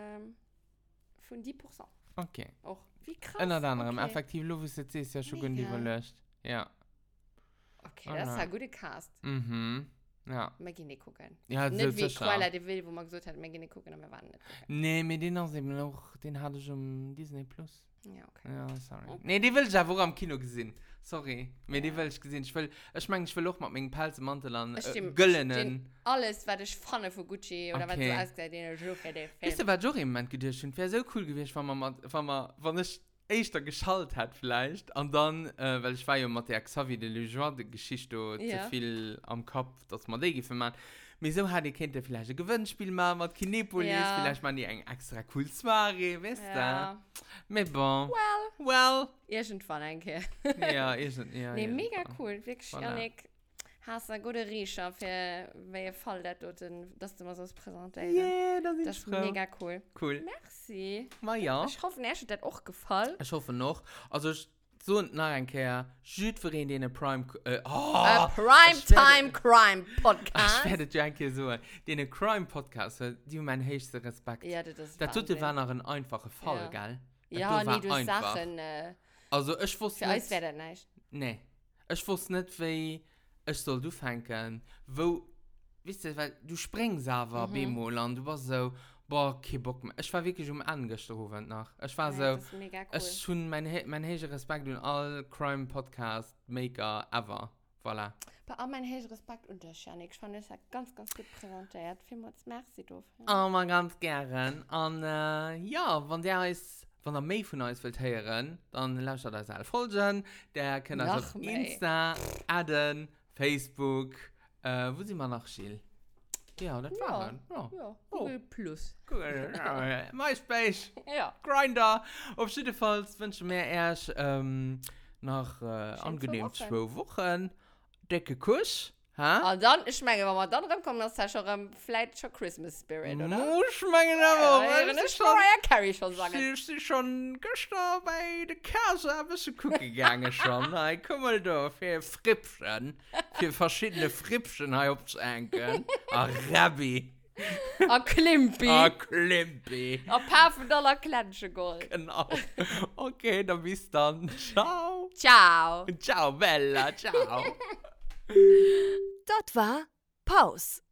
10%. Okay. Auch. Wie krass. Unter anderem, Okay. effektiv, Lovis jetzt ist ja schon gut Mega. gelöscht. Ja. Okay, das ist ein guter Cast. Mhm. Ja. Wir gehen nicht gucken. Ja, Nicht wie sicher. Cruella de Vil, wo man gesagt hat, wir gehen nicht gucken, aber wir waren nicht gucken. Nee, mit den hast eben noch, den hatte ich um Disney Plus. Ja, okay. Ja, sorry. Okay. Nee, die will ich ja wohl am Kino gesehen. Sorry. Mir die will ich gesehen. Ich meine, ich will auch mit meinem Pelzmantel an Güllenen. Alles, was ich fand von Gucci oder was Okay. du ausgesagt hast, den für den Weißt Film. du, was ich auch im Moment gedacht habe? Wäre so cool gewesen, wenn ich echt da geschaltet hätte vielleicht. Und dann, weil ich war ja mit der Xavier de Lejeune, die Geschichte Ja. zu viel am Kopf, dass man die gefunden hat. Wieso hätte ich vielleicht ein Gewinnspiel machen mit Kinepolis? Ja. Vielleicht mal die ein extra cool Soiree, weißt Ja. du? Mais bon. Well, Well. irgendwann denke Ja, ja. Nee, ja, mega ja. cool. Wirklich, Voilà. Janik, hast einen guten Riecher für welchen Fall das dort, dass du mal so präsentierst. Yeah, das Das ist ist mega cool. cool. Merci. Na ja. Ich hoffe, dir hat das auch gefallen. Ich hoffe noch. Also, so nach ein Kehr, Süd für ihn, den Prime. Primetime Crime Podcast. Ich werde dir ein Kehr so. Den Crime Podcast, die haben meinen höchsten Respekt. Ja, das ist Das tut Wahnsinn. war noch ein einfacher Fall, Ja. gell? Ja, war nee, du einfach. Sachen. Also, ich wusste Für uns nicht. wäre das nicht. Nee. Ich wusste nicht, wie ich soll du fangen. Wo, weißt du, weil du springst aber Bemol und du warst so, boah, kein Bock mehr. Ich war wirklich angestorben nach. Ich war Ja, so, das ist mega cool. ich schon mein höchster Respekt und all Crime Podcast Maker ever. Voilà. Bei all meinem höchsten Respekt und das, Janik. Ich fand das hat ganz, ganz gut präsentiert. Vielmals merci dafür. Oh, mal ganz gern. Und ja, wenn der mehr von uns will hören, dann lasst ihr das alle folgen. Der kann das Noch auf mehr. Insta, adden, Facebook. Wo sind wir noch, Schill? Ja, das Ja. waren. Ja. Ja, Oh. Google Plus. Cool. Ja, MySpace, Ja. Grindr. Auf jeden Fall wünsche ich mir erst nach angenehm 2 Wochen. Dicke Kuss. Ha? Und dann, ich meine, wenn wir dann rankommen, das ist ja schon vielleicht schon Christmas Spirit, oder? Muss man aber. Ja, weil das es ist schon- Mariah Carey schon sagen. Sie ist schon gestern bei der Kasse ein bisschen gucken gegangen schon. Hey, guck mal da, für Frippchen. Für verschiedene Frippchen hier aufzuhängen. Ah, Rabbi. A Klimpi. Ah, Klimpi. A paar von Dollar Klansche Gold. Genau. Okay, dann bis dann. Ciao. Ciao. Ciao, Bella. Ciao. Das war Pause.